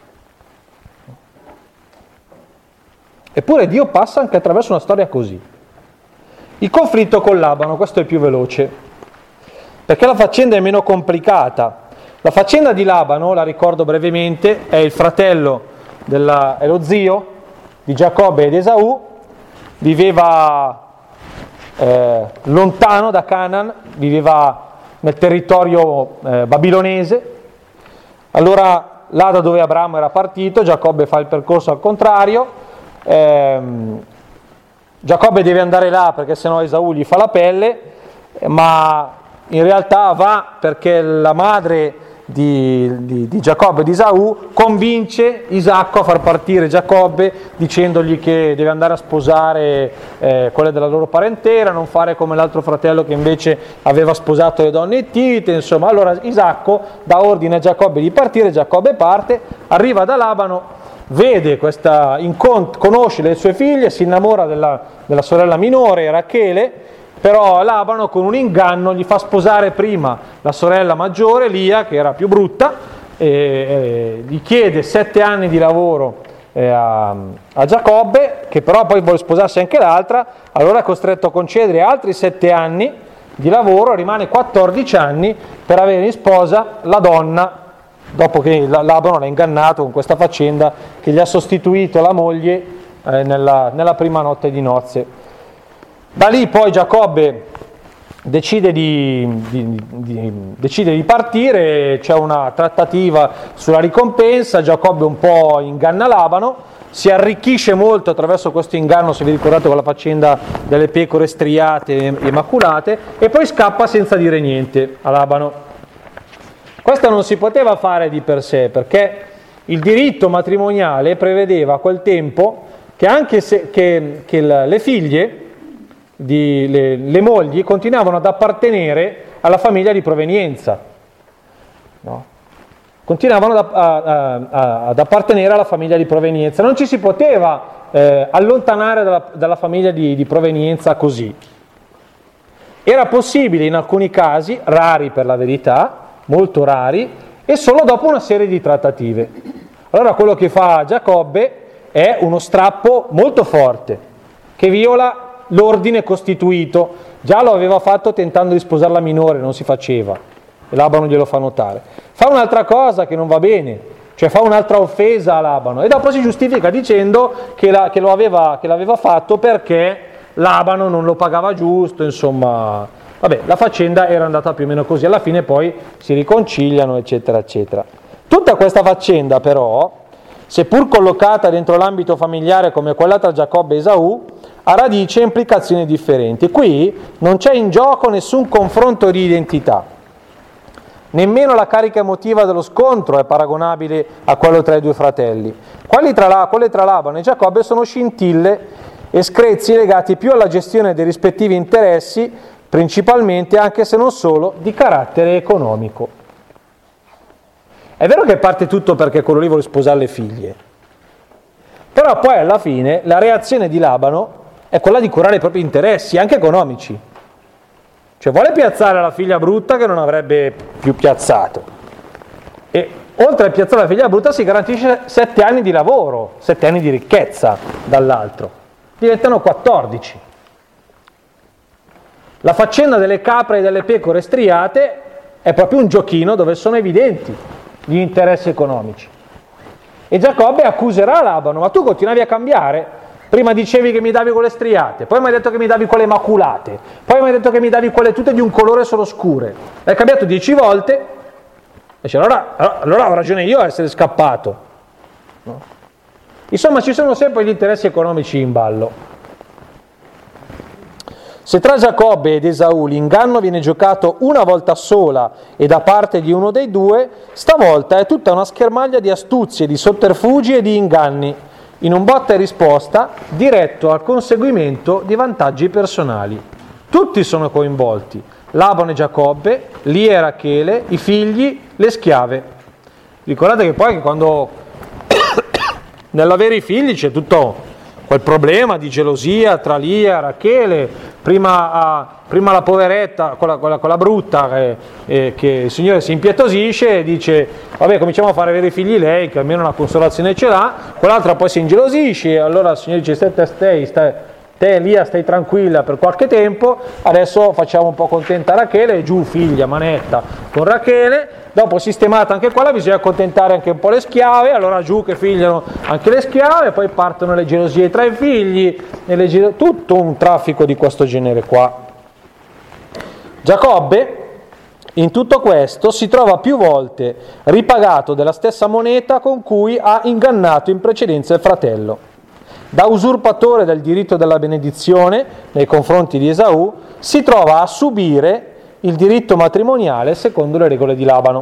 Eppure Dio passa anche attraverso una storia così. Il conflitto con Labano, questo è il più veloce, perché la faccenda è meno complicata. La faccenda di Labano, la ricordo brevemente, è il fratello, della, è lo zio di Giacobbe ed Esaù, viveva eh, lontano da Canaan, viveva nel territorio eh, babilonese. Allora là da dove Abramo era partito, Giacobbe fa il percorso al contrario, ehm, Giacobbe deve andare là perché sennò Esaù gli fa la pelle, ma in realtà va perché la madre di, di, di Giacobbe e di Esaù convince Isacco a far partire Giacobbe dicendogli che deve andare a sposare eh, quelle della loro parentela, non fare come l'altro fratello che invece aveva sposato le donne ittite. Insomma, allora Isacco dà ordine a Giacobbe di partire, Giacobbe parte, arriva da Labano, vede questa, incont- conosce le sue figlie, si innamora della, della sorella minore, Rachele, però Labano con un inganno gli fa sposare prima la sorella maggiore, Lia, che era più brutta, e, e gli chiede sette anni di lavoro eh, a, a Giacobbe, che però poi vuole sposarsi anche l'altra, allora è costretto a concedere altri sette anni di lavoro, rimane quattordici anni per avere in sposa la donna, dopo che Labano l'ha ingannato con questa faccenda che gli ha sostituito la moglie eh, nella, nella prima notte di nozze. Da lì poi Giacobbe decide di, di, di, decide di partire, c'è una trattativa sulla ricompensa, Giacobbe un po' inganna Labano, si arricchisce molto attraverso questo inganno, se vi ricordate, con la faccenda delle pecore striate e maculate, e poi scappa senza dire niente a Labano. Questo non si poteva fare di per sé, perché il diritto matrimoniale prevedeva a quel tempo che anche se, che, che le figlie, di, le, le mogli, continuavano ad appartenere alla famiglia di provenienza. No? Continuavano ad, a, a, ad appartenere alla famiglia di provenienza. Non ci si poteva eh, allontanare dalla, dalla famiglia di, di provenienza così. Era possibile in alcuni casi, rari per la verità, molto rari, e solo dopo una serie di trattative. Allora quello che fa Giacobbe è uno strappo molto forte, che viola l'ordine costituito. Già lo aveva fatto tentando di sposare la minore, non si faceva, e Labano glielo fa notare. Fa un'altra cosa che non va bene, cioè fa un'altra offesa a Labano, e dopo si giustifica dicendo che, la, che, lo aveva, che l'aveva fatto perché Labano non lo pagava giusto, insomma. Vabbè, la faccenda era andata più o meno così, alla fine poi si riconciliano, eccetera, eccetera. Tutta questa faccenda però, seppur collocata dentro l'ambito familiare come quella tra Giacobbe e Esaù, ha radice e implicazioni differenti. Qui non c'è in gioco nessun confronto di identità, nemmeno la carica emotiva dello scontro è paragonabile a quello tra i due fratelli. Quelli tra la, quelle tra Labano e Giacobbe sono scintille e screzi legati più alla gestione dei rispettivi interessi, principalmente, anche se non solo, di carattere economico. È vero che parte tutto perché quello lì vuole sposare le figlie, però poi alla fine la reazione di Labano è quella di curare i propri interessi, anche economici. Cioè vuole piazzare la figlia brutta che non avrebbe più piazzato. E oltre a piazzare la figlia brutta si garantisce sette anni di lavoro, sette anni di ricchezza dall'altro. Diventano quattordici. La faccenda delle capre e delle pecore striate è proprio un giochino dove sono evidenti gli interessi economici. E Giacobbe accuserà Labano: ma tu continuavi a cambiare? Prima dicevi che mi davi quelle striate, poi mi hai detto che mi davi quelle maculate, poi mi hai detto che mi davi quelle tutte di un colore solo scure. Hai cambiato dieci volte, e dice, allora, allora ho ragione io a essere scappato. No? Insomma, ci sono sempre gli interessi economici in ballo. Se tra Giacobbe ed Esaù l'inganno viene giocato una volta sola e da parte di uno dei due, stavolta è tutta una schermaglia di astuzie, di sotterfugi e di inganni, in un botta e risposta diretto al conseguimento di vantaggi personali. Tutti sono coinvolti: Labano e Giacobbe, Lia e Rachele, i figli, le schiave. Ricordate che poi quando nell'avere i figli c'è tutto quel problema di gelosia tra Lia e Rachele, prima, a, prima la poveretta, quella, quella, quella brutta, che, eh, che il Signore si impietosisce e dice, vabbè, cominciamo a fare avere i figli lei, che almeno una consolazione ce l'ha, quell'altra poi si ingelosisce, e allora il Signore dice, stai, stai, stai, te Lia stai tranquilla per qualche tempo, adesso facciamo un po' contenta Rachele, e giù figlia, manetta con Rachele. Dopo sistemata anche quella, bisogna accontentare anche un po' le schiave, allora giù che figliano anche le schiave, poi partono le gelosie tra i figli, e le gelo... tutto un traffico di questo genere qua. Giacobbe in tutto questo si trova più volte ripagato della stessa moneta con cui ha ingannato in precedenza il fratello. Da usurpatore del diritto della benedizione nei confronti di Esaù, si trova a subire il diritto matrimoniale secondo le regole di Labano.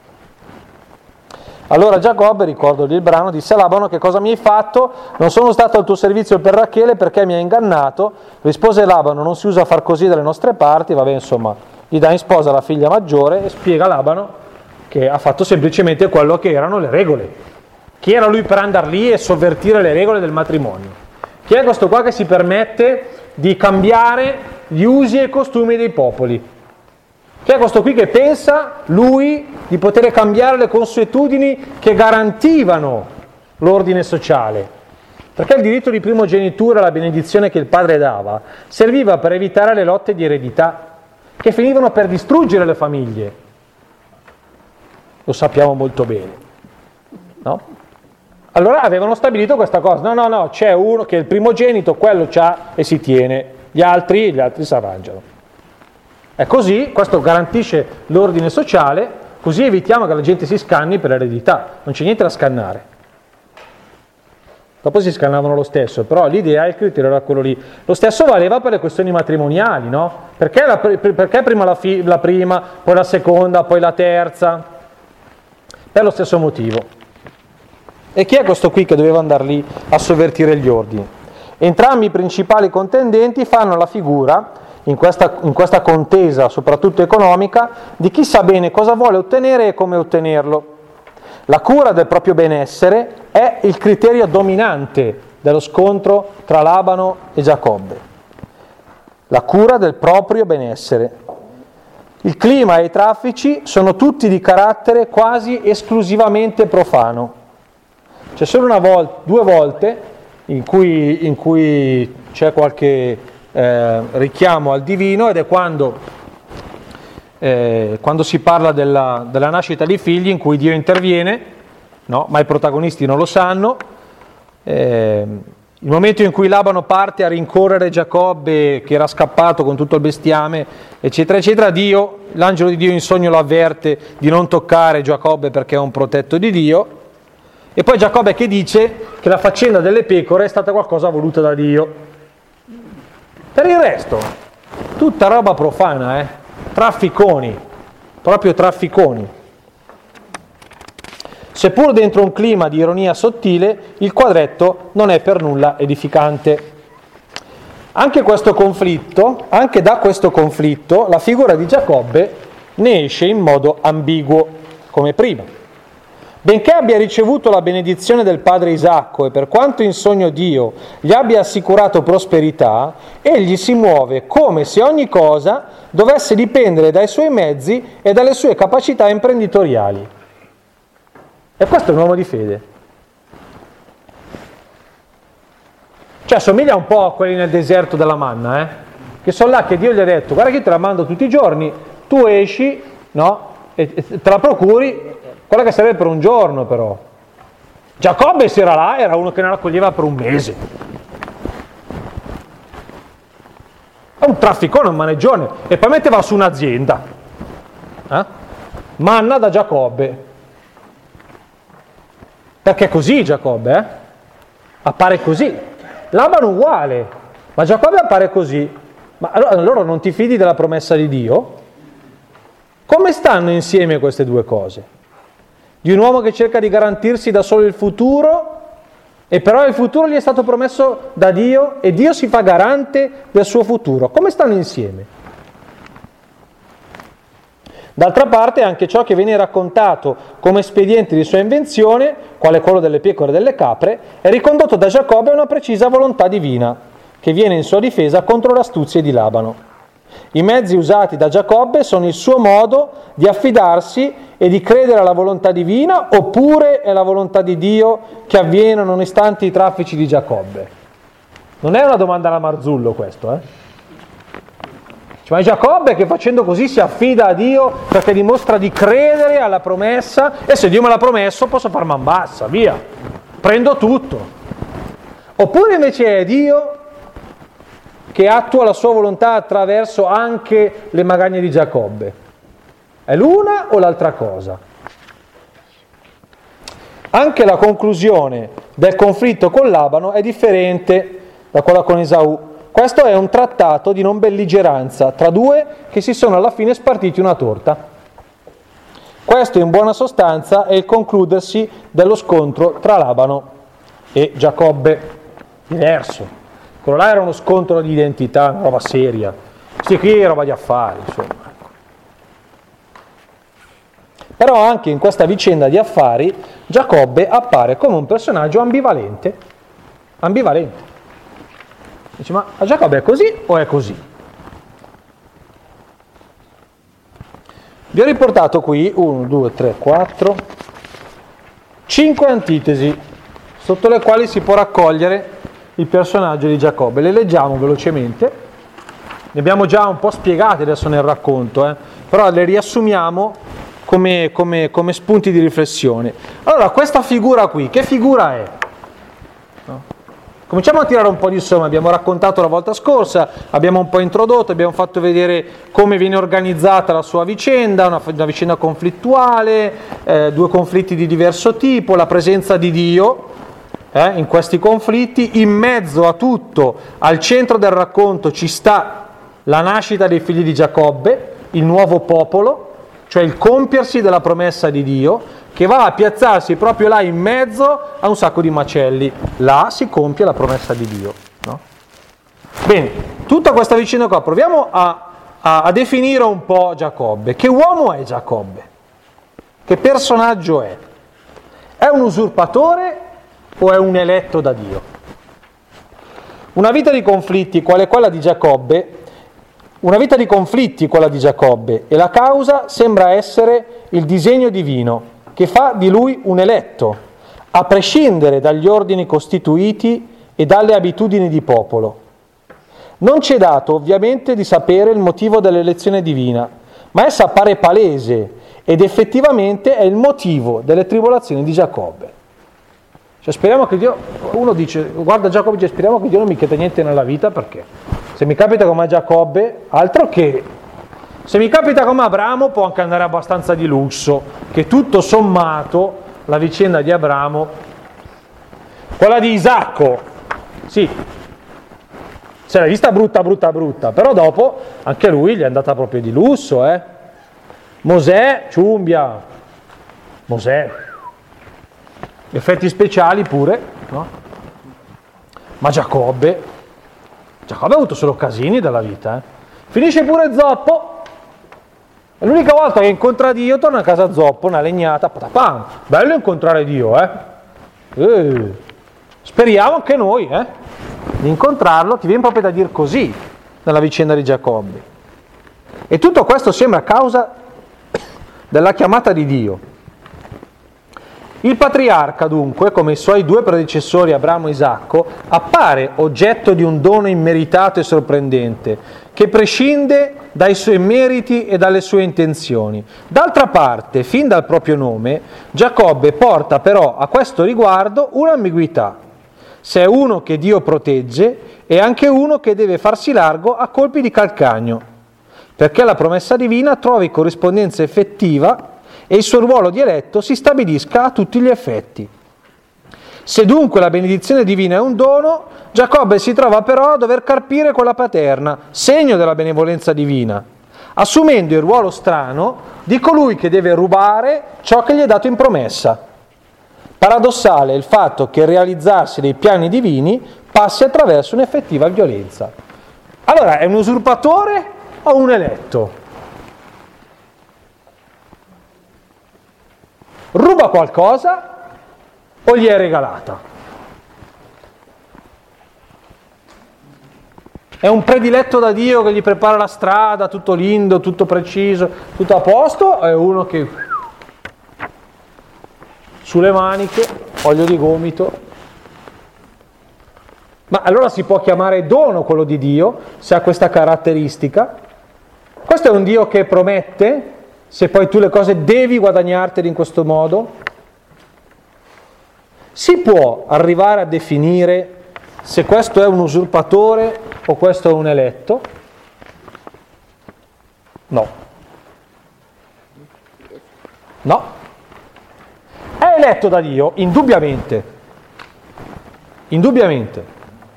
Allora Giacobbe, ricordo il brano, disse a Labano: che cosa mi hai fatto? Non sono stato al tuo servizio per Rachele perché mi hai ingannato. Rispose Labano: non si usa far così dalle nostre parti. Vabbè, insomma, gli dà in sposa la figlia maggiore e spiega Labano che ha fatto semplicemente quello che erano le regole. Chi era lui per andare lì e sovvertire le regole del matrimonio? Chi è questo qua che si permette di cambiare gli usi e i costumi dei popoli? Chi è questo qui che pensa, lui, di poter cambiare le consuetudini che garantivano l'ordine sociale? Perché il diritto di primogenitura, la benedizione che il padre dava, serviva per evitare le lotte di eredità, che finivano per distruggere le famiglie. Lo sappiamo molto bene, no? Allora avevano stabilito questa cosa: no, no, no, c'è uno che è il primogenito, quello c'ha e si tiene, gli altri, gli altri si arrangiano. È così, questo garantisce l'ordine sociale, così evitiamo che la gente si scanni per l'eredità, non c'è niente da scannare. Dopo si scannavano lo stesso, però l'idea e il criterio era quello lì. Lo stesso valeva per le questioni matrimoniali, no? Perché, la, perché prima la, fi, la prima, poi la seconda, poi la terza? Per lo stesso motivo. E chi è questo qui che doveva andare lì a sovvertire gli ordini? Entrambi i principali contendenti fanno la figura, in questa, in questa contesa, soprattutto economica, di chi sa bene cosa vuole ottenere e come ottenerlo. La cura del proprio benessere è il criterio dominante dello scontro tra Labano e Giacobbe. La cura del proprio benessere. Il clima e i traffici sono tutti di carattere quasi esclusivamente profano. C'è solo una volta, due volte in cui, in cui c'è qualche Eh, richiamo al divino, ed è quando, eh, quando si parla della, della nascita di figli, in cui Dio interviene, no? Ma i protagonisti non lo sanno. Eh, il momento in cui Labano parte a rincorrere Giacobbe, che era scappato con tutto il bestiame, eccetera eccetera, Dio, l'angelo di Dio in sogno lo avverte di non toccare Giacobbe perché è un protetto di Dio, e poi Giacobbe che dice che la faccenda delle pecore è stata qualcosa voluta da Dio. Per il resto, tutta roba profana, eh? Trafficoni, proprio trafficoni. Seppur dentro un clima di ironia sottile, il quadretto non è per nulla edificante. Anche questo conflitto, anche da questo conflitto, la figura di Giacobbe ne esce in modo ambiguo, come prima. Benché abbia ricevuto la benedizione del padre Isacco e per quanto in sogno Dio gli abbia assicurato prosperità, egli si muove come se ogni cosa dovesse dipendere dai suoi mezzi e dalle sue capacità imprenditoriali. E questo è un uomo di fede. Cioè assomiglia un po' a quelli nel deserto della manna, eh? Che sono là che Dio gli ha detto: guarda che io te la mando tutti i giorni, tu esci, no? E te la procuri, quella che serve per un giorno però. Giacobbe si era là, era uno che ne raccoglieva per un mese. È un trafficone, un maneggione, e poi metteva su un'azienda. Eh? Manna da Giacobbe. Perché è così Giacobbe, eh? Appare così. Labano uguale, ma Giacobbe appare così. Ma allora non ti fidi della promessa di Dio? Come stanno insieme queste due cose? Di un uomo che cerca di garantirsi da solo il futuro, e però il futuro gli è stato promesso da Dio e Dio si fa garante del suo futuro. Come stanno insieme? D'altra parte anche ciò che viene raccontato come espediente di sua invenzione, quale quello delle pecore e delle capre, è ricondotto da Giacobbe a una precisa volontà divina, che viene in sua difesa contro le astuzie di Labano. I mezzi usati da Giacobbe sono il suo modo di affidarsi e di credere alla volontà divina, oppure è la volontà di Dio che avviene nonostante i traffici di Giacobbe? Non è una domanda alla Marzullo questo, eh? Cioè, ma è Giacobbe che facendo così si affida a Dio perché dimostra di credere alla promessa, e se Dio me l'ha promesso posso far man bassa, via, prendo tutto. Oppure invece è Dio che attua la sua volontà attraverso anche le magagne di Giacobbe? È l'una o l'altra cosa? Anche la conclusione del conflitto con Labano è differente da quella con Esaù. Questo è un trattato di non belligeranza tra due che si sono alla fine spartiti una torta. Questo in buona sostanza è il concludersi dello scontro tra Labano e Giacobbe. Diverso. Quello là era uno scontro di identità, una roba seria. Questi qui è roba di affari, insomma. Però anche in questa vicenda di affari Giacobbe appare come un personaggio ambivalente. Ambivalente. Dice, ma Giacobbe è così o è così? Vi ho riportato qui uno, due, tre, quattro, cinque antitesi sotto le quali si può raccogliere il personaggio di Giacobbe. Le leggiamo velocemente, ne abbiamo già un po' spiegate adesso nel racconto, eh? Però le riassumiamo come, come, come spunti di riflessione. Allora, questa figura qui, che figura è? No? Cominciamo a tirare un po' di somma. Abbiamo raccontato la volta scorsa, abbiamo un po' introdotto, abbiamo fatto vedere come viene organizzata la sua vicenda, una, una vicenda conflittuale, eh, due conflitti di diverso tipo, la presenza di Dio eh, in questi conflitti. In mezzo a tutto, al centro del racconto, ci sta la nascita dei figli di Giacobbe, il nuovo popolo, cioè il compiersi della promessa di Dio, che va a piazzarsi proprio là in mezzo a un sacco di macelli. Là si compie la promessa di Dio. No? Bene, tutta questa vicenda qua, proviamo a, a, a definire un po' Giacobbe. Che uomo è Giacobbe? Che personaggio è? È un usurpatore o è un eletto da Dio? Una vita di conflitti, quale quella di Giacobbe, una vita di conflitti quella di Giacobbe, e la causa sembra essere il disegno divino, che fa di lui un eletto, a prescindere dagli ordini costituiti e dalle abitudini di popolo. Non ci è dato ovviamente di sapere il motivo dell'elezione divina, ma essa appare palese ed effettivamente è il motivo delle tribolazioni di Giacobbe. Cioè, speriamo che Dio, uno dice, guarda Giacobbe, dice, speriamo che Dio non mi chieda niente nella vita, perché se mi capita come a Giacobbe, altro che... Se mi capita come Abramo può anche andare abbastanza di lusso, che tutto sommato la vicenda di Abramo, quella di Isacco, sì, se l'ha vista brutta, brutta, brutta, però dopo anche lui gli è andata proprio di lusso, eh? Mosè, ciumbia, Mosè, effetti speciali pure, no? Ma Giacobbe, Giacobbe ha avuto solo casini dalla vita, eh? Finisce pure zoppo. E l'unica volta che incontra Dio torna a casa zoppo, una legnata, patapam. Bello incontrare Dio, eh? eh. Speriamo anche noi, eh? Di incontrarlo, ti viene proprio da dire così, nella vicenda di Giacobbe. E tutto questo sembra a causa della chiamata di Dio. Il patriarca, dunque, come i suoi due predecessori Abramo e Isacco, appare oggetto di un dono immeritato e sorprendente, che prescinde dai suoi meriti e dalle sue intenzioni. D'altra parte, fin dal proprio nome, Giacobbe porta però a questo riguardo un'ambiguità. Se è uno che Dio protegge, è anche uno che deve farsi largo a colpi di calcagno, perché la promessa divina trovi corrispondenza effettiva e il suo ruolo di eletto si stabilisca a tutti gli effetti. Se dunque la benedizione divina è un dono, Giacobbe si trova però a dover carpire quella paterna, segno della benevolenza divina, assumendo il ruolo strano di colui che deve rubare ciò che gli è dato in promessa. Paradossale è il fatto che il realizzarsi dei piani divini passi attraverso un'effettiva violenza. Allora, è un usurpatore o un eletto? Ruba qualcosa o gli è regalata? È un prediletto da Dio che gli prepara la strada, tutto lindo, tutto preciso, tutto a posto, o è uno che sulle maniche, olio di gomito? Ma allora si può chiamare dono quello di Dio, se ha questa caratteristica? Questo è un Dio che promette, se poi tu le cose devi guadagnarteli in questo modo? Si può arrivare a definire se questo è un usurpatore o questo è un eletto? No. No. È eletto da Dio, indubbiamente. Indubbiamente.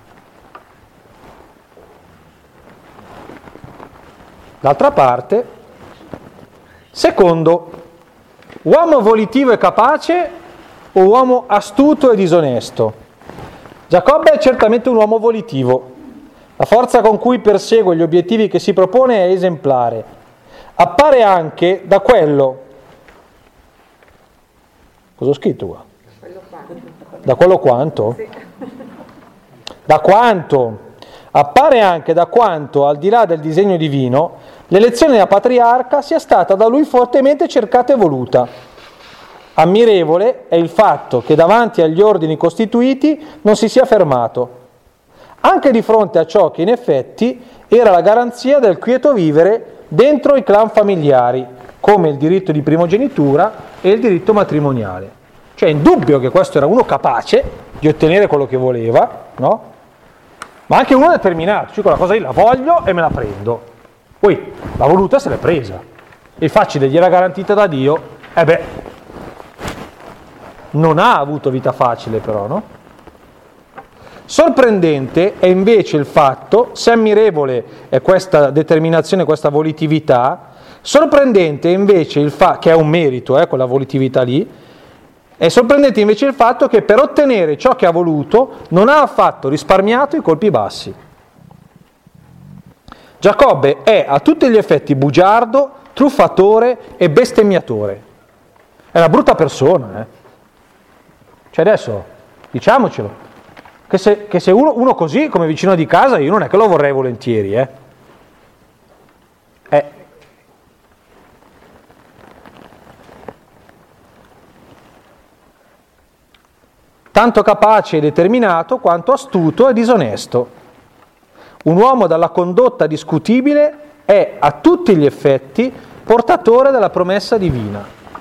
D'altra parte, secondo, uomo volitivo e capace o uomo astuto e disonesto? Giacobbe è certamente un uomo volitivo. La forza con cui persegue gli obiettivi che si propone è esemplare. Appare anche da quello... Cosa ho scritto qua? Da quello quanto? Da quanto? Appare anche da quanto, al di là del disegno divino, l'elezione da patriarca sia stata da lui fortemente cercata e voluta. Ammirevole è il fatto che davanti agli ordini costituiti non si sia fermato, anche di fronte a ciò che in effetti era la garanzia del quieto vivere dentro i clan familiari, come il diritto di primogenitura e il diritto matrimoniale. Cioè è indubbio che questo era uno capace di ottenere quello che voleva, no? Ma anche uno determinato, cioè quella cosa lì la voglio e me la prendo. Poi l'ha voluta, se l'è presa. Il facile gli era garantita da Dio, e beh, non ha avuto vita facile però, no? Sorprendente è invece il fatto, se ammirevole è questa determinazione, questa volitività, sorprendente è invece il fatto, che è un merito, eh, quella volitività lì, è sorprendente invece il fatto che per ottenere ciò che ha voluto non ha affatto risparmiato i colpi bassi. Giacobbe è a tutti gli effetti bugiardo, truffatore e bestemmiatore. È una brutta persona, eh. Cioè adesso, diciamocelo, che se, che se uno, uno così come vicino di casa io non è che lo vorrei volentieri, eh. Eh. Tanto capace e determinato quanto astuto e disonesto. Un uomo dalla condotta discutibile è a tutti gli effetti portatore della promessa divina.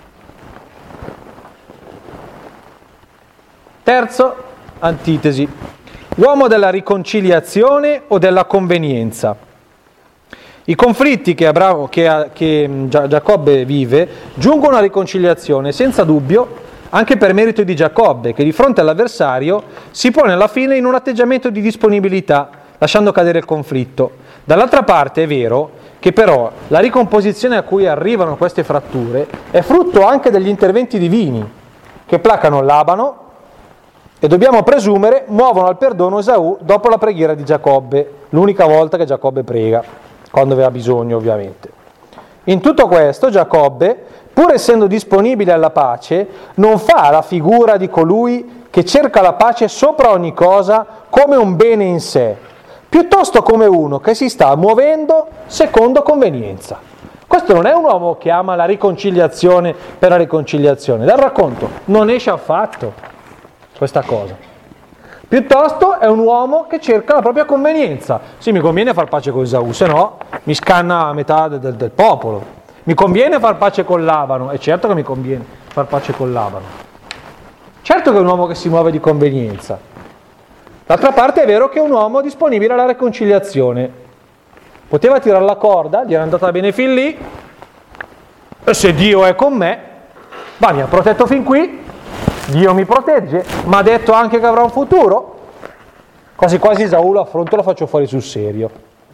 Terzo, antitesi. Uomo della riconciliazione o della convenienza. I conflitti che, Abramo, che, che Giacobbe vive giungono a riconciliazione senza dubbio anche per merito di Giacobbe, che di fronte all'avversario si pone alla fine in un atteggiamento di disponibilità, lasciando cadere il conflitto. Dall'altra parte è vero che però la ricomposizione a cui arrivano queste fratture è frutto anche degli interventi divini, che placano Labano e dobbiamo presumere muovono al perdono Esaù dopo la preghiera di Giacobbe, l'unica volta che Giacobbe prega, quando aveva bisogno ovviamente. In tutto questo Giacobbe, pur essendo disponibile alla pace, non fa la figura di colui che cerca la pace sopra ogni cosa come un bene in sé, piuttosto come uno che si sta muovendo secondo convenienza. Questo non è un uomo che ama la riconciliazione per la riconciliazione. Dal racconto non esce affatto questa cosa. Piuttosto è un uomo che cerca la propria convenienza. Sì, mi conviene far pace con Esaù, se no mi scanna a metà del, del popolo. Mi conviene far pace con Labano, è certo che mi conviene far pace con Labano. Certo che è un uomo che si muove di convenienza. D'altra parte è vero che è un uomo disponibile alla riconciliazione. Poteva tirare la corda, gli era andata bene fin lì, e se Dio è con me, va, mi ha protetto fin qui, Dio mi protegge, ma ha detto anche che avrà un futuro, quasi quasi Esaù lo affronto e lo faccio fuori sul serio.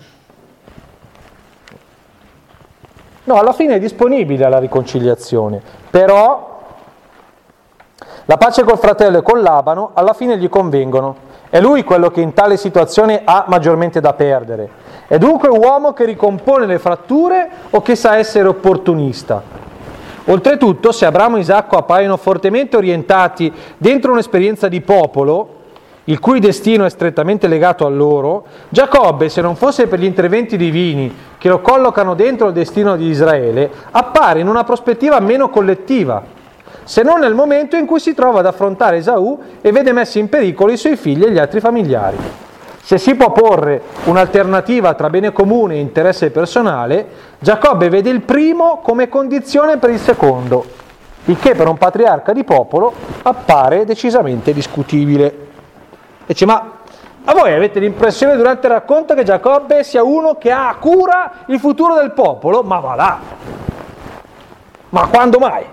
No, alla fine è disponibile alla riconciliazione, però la pace col fratello e con Labano alla fine gli convengono. È lui quello che in tale situazione ha maggiormente da perdere. È dunque un uomo che ricompone le fratture o che sa essere opportunista. Oltretutto, se Abramo e Isacco appaiono fortemente orientati dentro un'esperienza di popolo, il cui destino è strettamente legato a loro, Giacobbe, se non fosse per gli interventi divini che lo collocano dentro il destino di Israele, appare in una prospettiva meno collettiva, se non nel momento in cui si trova ad affrontare Esaù e vede messi in pericolo i suoi figli e gli altri familiari. Se si può porre un'alternativa tra bene comune e interesse personale, Giacobbe vede il primo come condizione per il secondo, il che per un patriarca di popolo appare decisamente discutibile. E dice, ma a voi avete l'impressione durante il racconto che Giacobbe sia uno che ha a cura il futuro del popolo? Ma va là! Ma quando mai?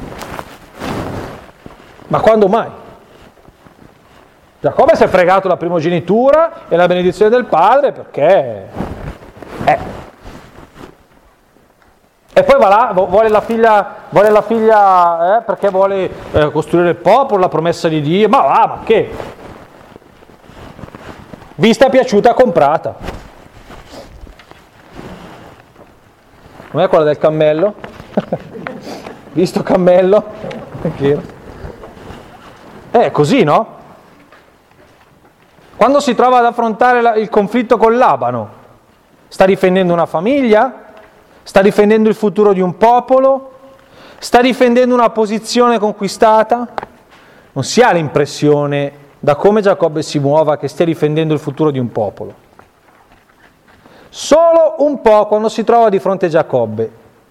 Ma quando mai? Giacobbe si è fregato la primogenitura e la benedizione del padre perché... Eh. E poi va là, vuole la figlia, vuole la figlia eh, perché vuole eh, costruire il popolo, la promessa di Dio. Ma va, ma che? Vista piaciuta, comprata. Non è quella del cammello? Visto cammello? È così, no? Quando si trova ad affrontare la, il conflitto con Labano, sta difendendo una famiglia? Sta difendendo il futuro di un popolo? Sta difendendo una posizione conquistata? Non si ha l'impressione, da come Giacobbe si muova, che stia difendendo il futuro di un popolo. Solo un po' quando si trova di fronte a Giacobbe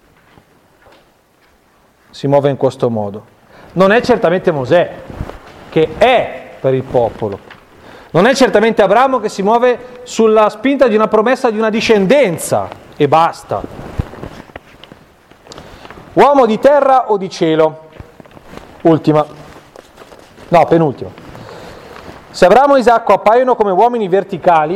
si muove in questo modo. Non è certamente Mosè, che è per il popolo. Non è certamente Abramo che si muove sulla spinta di una promessa di una discendenza e basta. Uomo di terra o di cielo? Ultima. No, penultima. Se Abramo e Isacco appaiono come uomini verticali,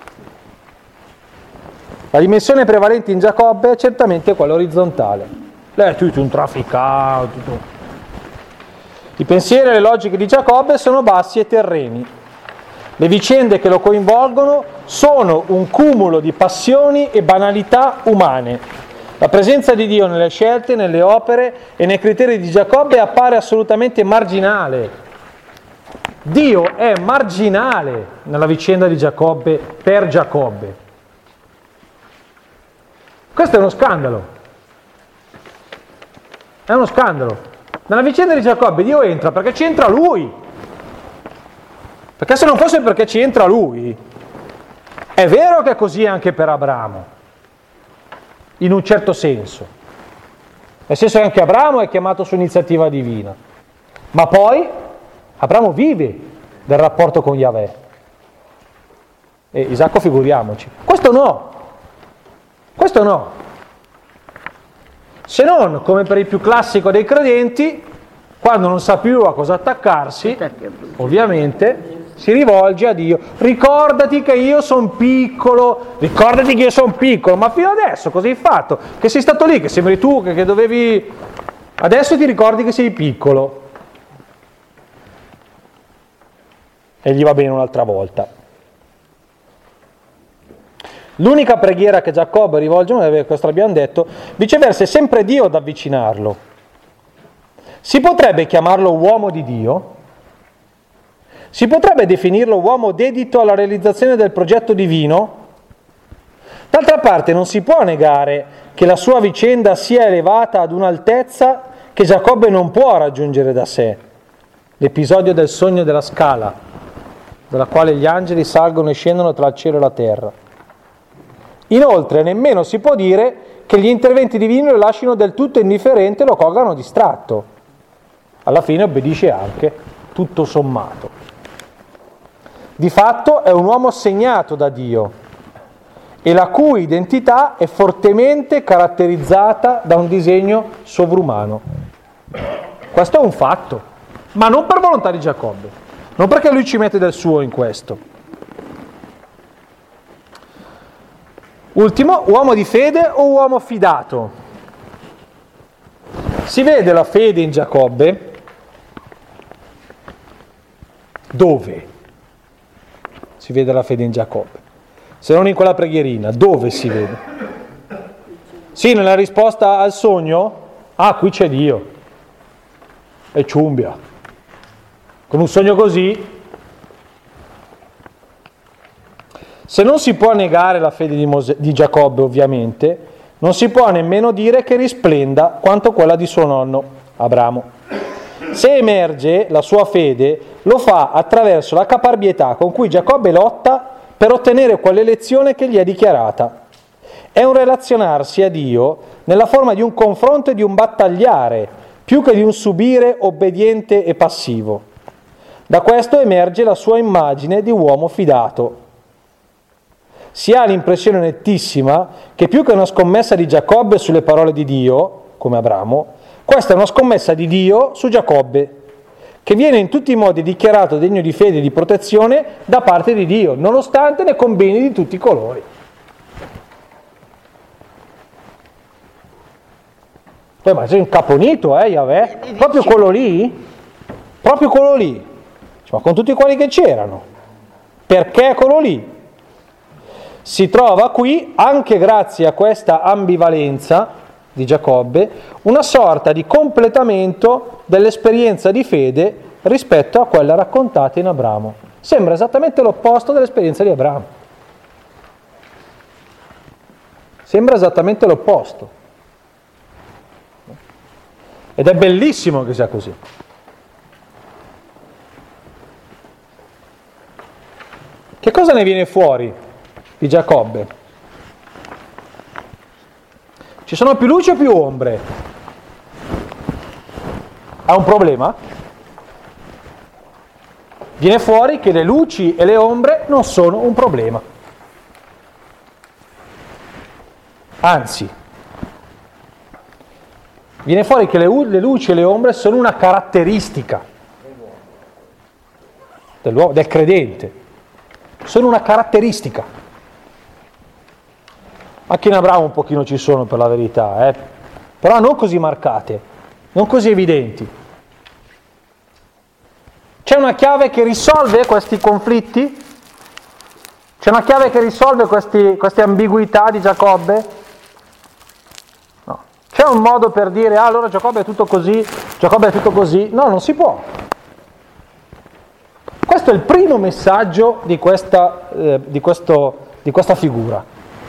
la dimensione prevalente in Giacobbe è certamente quella orizzontale. Lei è tutto un trafficato. Tutto. I pensieri e le logiche di Giacobbe sono bassi e terreni. Le vicende che lo coinvolgono sono un cumulo di passioni e banalità umane. La presenza di Dio nelle scelte, nelle opere e nei criteri di Giacobbe appare assolutamente marginale. Dio è marginale nella vicenda di Giacobbe per Giacobbe. Questo è uno scandalo. È uno scandalo. Nella vicenda di Giacobbe Dio entra perché c'entra lui. Perché se non fosse perché ci entra lui, è vero che è così anche per Abramo, in un certo senso. Nel senso che anche Abramo è chiamato su iniziativa divina. Ma poi Abramo vive del rapporto con Yahweh. E Isacco figuriamoci. Questo no. Questo no. Se non, come per il più classico dei credenti, quando non sa più a cosa attaccarsi, ovviamente, si rivolge a Dio. Ricordati che io sono piccolo, ricordati che io sono piccolo, ma fino adesso cosa hai fatto? Che sei stato lì, che sembri tu, che, che dovevi... Adesso ti ricordi che sei piccolo. E gli va bene un'altra volta. L'unica preghiera che Giacobbe rivolge, questo l'abbiamo detto, viceversa è sempre Dio ad avvicinarlo. Si potrebbe chiamarlo uomo di Dio? Si potrebbe definirlo uomo dedito alla realizzazione del progetto divino? D'altra parte non si può negare che la sua vicenda sia elevata ad un'altezza che Giacobbe non può raggiungere da sé. L'episodio del sogno della scala, dalla quale gli angeli salgono e scendono tra il cielo e la terra. Inoltre nemmeno si può dire che gli interventi divini lo lasciano del tutto indifferente e lo colgano distratto. Alla fine obbedisce anche, tutto sommato. Di fatto è un uomo segnato da Dio e la cui identità è fortemente caratterizzata da un disegno sovrumano. Questo è un fatto, ma non per volontà di Giacobbe, non perché lui ci mette del suo in questo. Ultimo, uomo di fede o uomo fidato? Si vede la fede in Giacobbe dove? Si vede la fede in Giacobbe? Se non in quella preghierina, dove si vede? Sì, nella risposta al sogno? Ah, qui c'è Dio. E ciumbia. Con un sogno così. Se non si può negare la fede di, Mose- di Giacobbe, ovviamente, non si può nemmeno dire che risplenda quanto quella di suo nonno Abramo. Se emerge la sua fede, lo fa attraverso la caparbietà con cui Giacobbe lotta per ottenere quell'elezione che gli è dichiarata. È un relazionarsi a Dio nella forma di un confronto e di un battagliare, più che di un subire obbediente e passivo. Da questo emerge la sua immagine di uomo fidato. Si ha l'impressione nettissima che più che una scommessa di Giacobbe sulle parole di Dio, come Abramo, questa è una scommessa di Dio su Giacobbe, che viene in tutti i modi dichiarato degno di fede e di protezione da parte di Dio, nonostante ne combini di tutti i colori. Poi ma sei incaponito, eh, Yahweh? Proprio quello lì? Proprio quello lì? Ma con tutti quelli che c'erano. Perché quello lì? Si trova qui, anche grazie a questa ambivalenza di Giacobbe, una sorta di completamento dell'esperienza di fede rispetto a quella raccontata in Abramo. Sembra esattamente l'opposto dell'esperienza di Abramo. Sembra esattamente l'opposto. Ed è bellissimo che sia così. Che cosa ne viene fuori di Giacobbe? Ci sono più luci o più ombre? Ha un problema? Viene fuori che le luci e le ombre non sono un problema. Anzi, viene fuori che le, le luci e le ombre sono una caratteristica dell'uomo, del credente. Sono una caratteristica. Anche in Abramo un pochino ci sono, per la verità, eh? Però non così marcate, non così evidenti. C'è una chiave che risolve questi conflitti? C'è una chiave che risolve questi, queste ambiguità di Giacobbe? No. C'è un modo per dire, ah, allora Giacobbe è tutto così, Giacobbe è tutto così? No, non si può. Questo è il primo messaggio di questa, eh, di questo, di questa figura.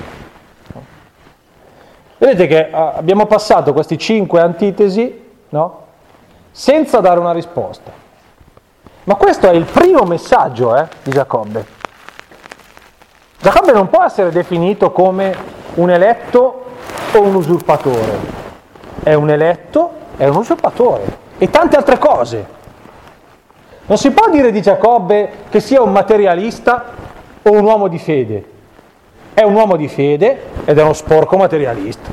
Vedete che abbiamo passato questi cinque antitesi, no? Senza dare una risposta. Ma questo è il primo messaggio eh, di Giacobbe. Giacobbe non può essere definito come un eletto o un usurpatore. È un eletto, è un usurpatore. E tante altre cose. Non si può dire di Giacobbe che sia un materialista o un uomo di fede. È un uomo di fede ed è uno sporco materialista.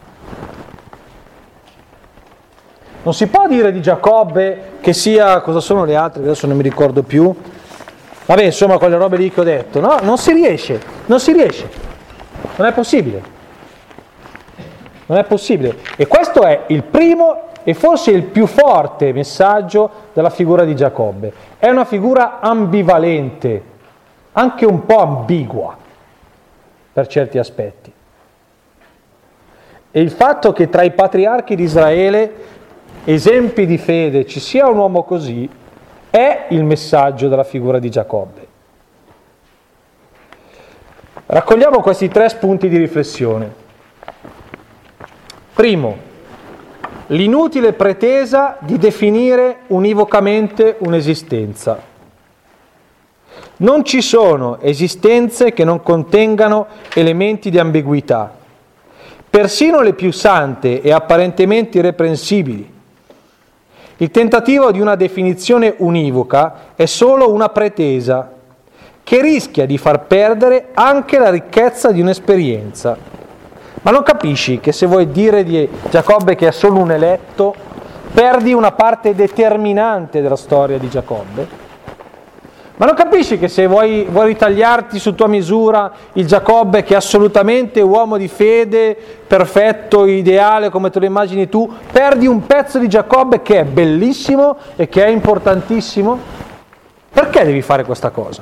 Non si può dire di Giacobbe che sia, cosa sono le altre, adesso non mi ricordo più, vabbè, insomma, quelle robe lì che ho detto, no? Non si riesce, non si riesce, non è possibile. Non è possibile. E questo è il primo e forse il più forte messaggio della figura di Giacobbe. È una figura ambivalente, anche un po' ambigua. per certi aspetti. E il fatto che tra i patriarchi di Israele, esempi di fede, ci sia un uomo così, è il messaggio della figura di Giacobbe. Raccogliamo questi tre spunti di riflessione. Primo, l'inutile pretesa di definire univocamente un'esistenza. Non ci sono esistenze che non contengano elementi di ambiguità, persino le più sante e apparentemente irreprensibili. Il tentativo di una definizione univoca è solo una pretesa che rischia di far perdere anche la ricchezza di un'esperienza. Ma non capisci che se vuoi dire di Giacobbe che è solo un eletto, perdi una parte determinante della storia di Giacobbe? Ma non capisci che se vuoi, vuoi ritagliarti su tua misura il Giacobbe che è assolutamente uomo di fede, perfetto, ideale, come te lo immagini tu, perdi un pezzo di Giacobbe che è bellissimo e che è importantissimo? Perché devi fare questa cosa?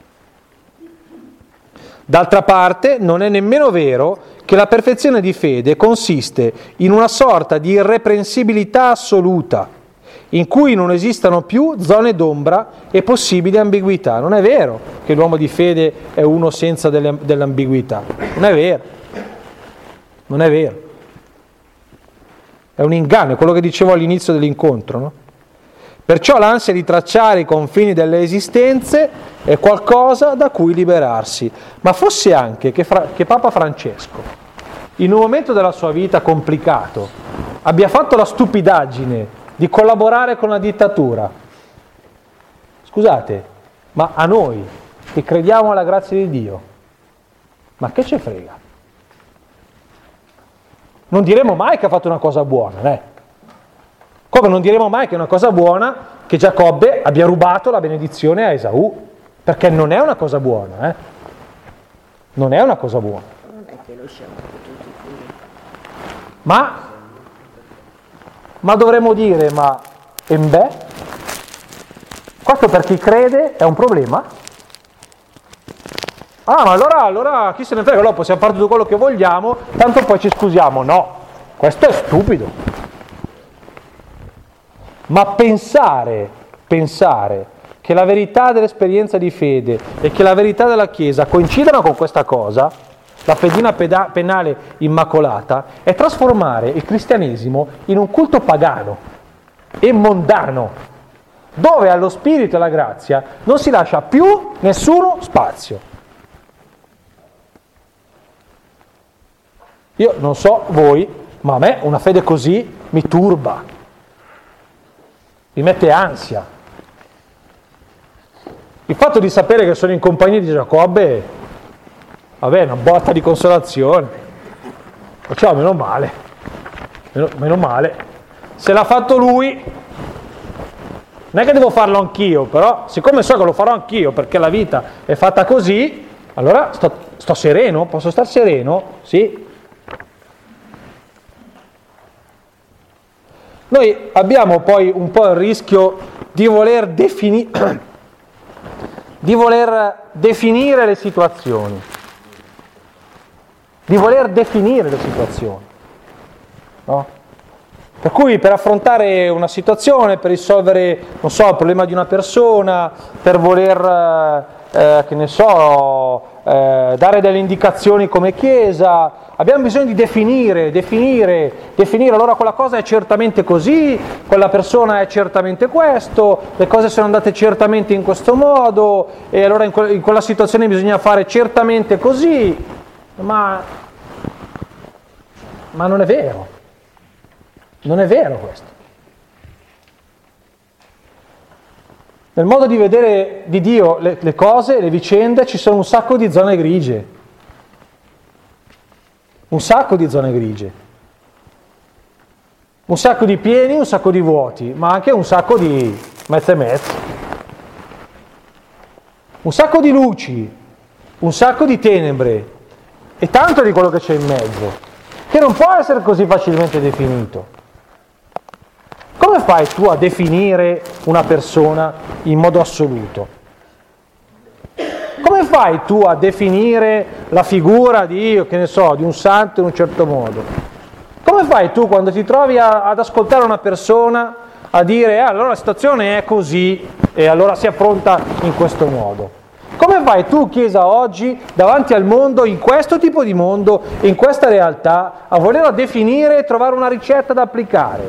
D'altra parte, non è nemmeno vero che la perfezione di fede consiste in una sorta di irreprensibilità assoluta, in cui non esistano più zone d'ombra e possibili ambiguità. Non è vero che l'uomo di fede è uno senza delle, dell'ambiguità. Non è vero. Non è vero. È un inganno, è quello che dicevo all'inizio dell'incontro, no? Perciò l'ansia di tracciare i confini delle esistenze è qualcosa da cui liberarsi. Ma fosse anche che, Fra- che Papa Francesco, in un momento della sua vita complicato, abbia fatto la stupidaggine di collaborare con la dittatura. Scusate, ma a noi che crediamo alla grazia di Dio, ma che ce frega? Non diremo mai che ha fatto una cosa buona, eh? Come non diremo mai che è una cosa buona che Giacobbe abbia rubato la benedizione a Esaù, perché non è una cosa buona, eh? Non è una cosa buona. Non è che lo siamo potuti pure. Ma Ma dovremmo dire, ma embè? Questo per chi crede è un problema? Ah, ma allora, allora chi se ne frega, allora possiamo fare tutto quello che vogliamo, tanto poi ci scusiamo. No, questo è stupido. Ma pensare, pensare che la verità dell'esperienza di fede e che la verità della Chiesa coincidano con questa cosa, la fedina peda- penale immacolata, è trasformare il cristianesimo in un culto pagano e mondano, dove allo spirito e alla grazia non si lascia più nessuno spazio. Io non so voi, ma a me una fede così mi turba, mi mette ansia. Il fatto di sapere che sono in compagnia di Giacobbe, vabbè, una botta di consolazione. Facciamo meno male. Meno, meno male. Se l'ha fatto lui, non è che devo farlo anch'io, però siccome so che lo farò anch'io perché la vita è fatta così, allora sto, sto sereno, posso star sereno? Sì. Noi abbiamo poi un po' il rischio di voler definire di voler definire le situazioni. Di voler definire le situazioni, no? Per cui per affrontare una situazione, per risolvere, non so, il problema di una persona, per voler, eh, che ne so, eh, dare delle indicazioni come Chiesa, abbiamo bisogno di definire, definire, definire, allora quella cosa è certamente così, quella persona è certamente questo, le cose sono andate certamente in questo modo, e allora in, que- in quella situazione bisogna fare certamente così, ma, ma non è vero. Non è vero questo. Nel modo di vedere di Dio le, le cose, le vicende, ci sono un sacco di zone grigie. Un sacco di zone grigie. Un sacco di pieni, un sacco di vuoti, ma anche un sacco di mezzo e mezzo. Un sacco di luci, un sacco di tenebre e tanto di quello che c'è in mezzo, che non può essere così facilmente definito. Come fai tu a definire una persona in modo assoluto? Come fai tu a definire la figura di, che ne so, di un santo in un certo modo? Come fai tu quando ti trovi a, ad ascoltare una persona a dire ah, allora la situazione è così e allora si affronta in questo modo? Come fai tu, Chiesa, oggi, davanti al mondo, in questo tipo di mondo, in questa realtà, a volerla definire e trovare una ricetta da applicare?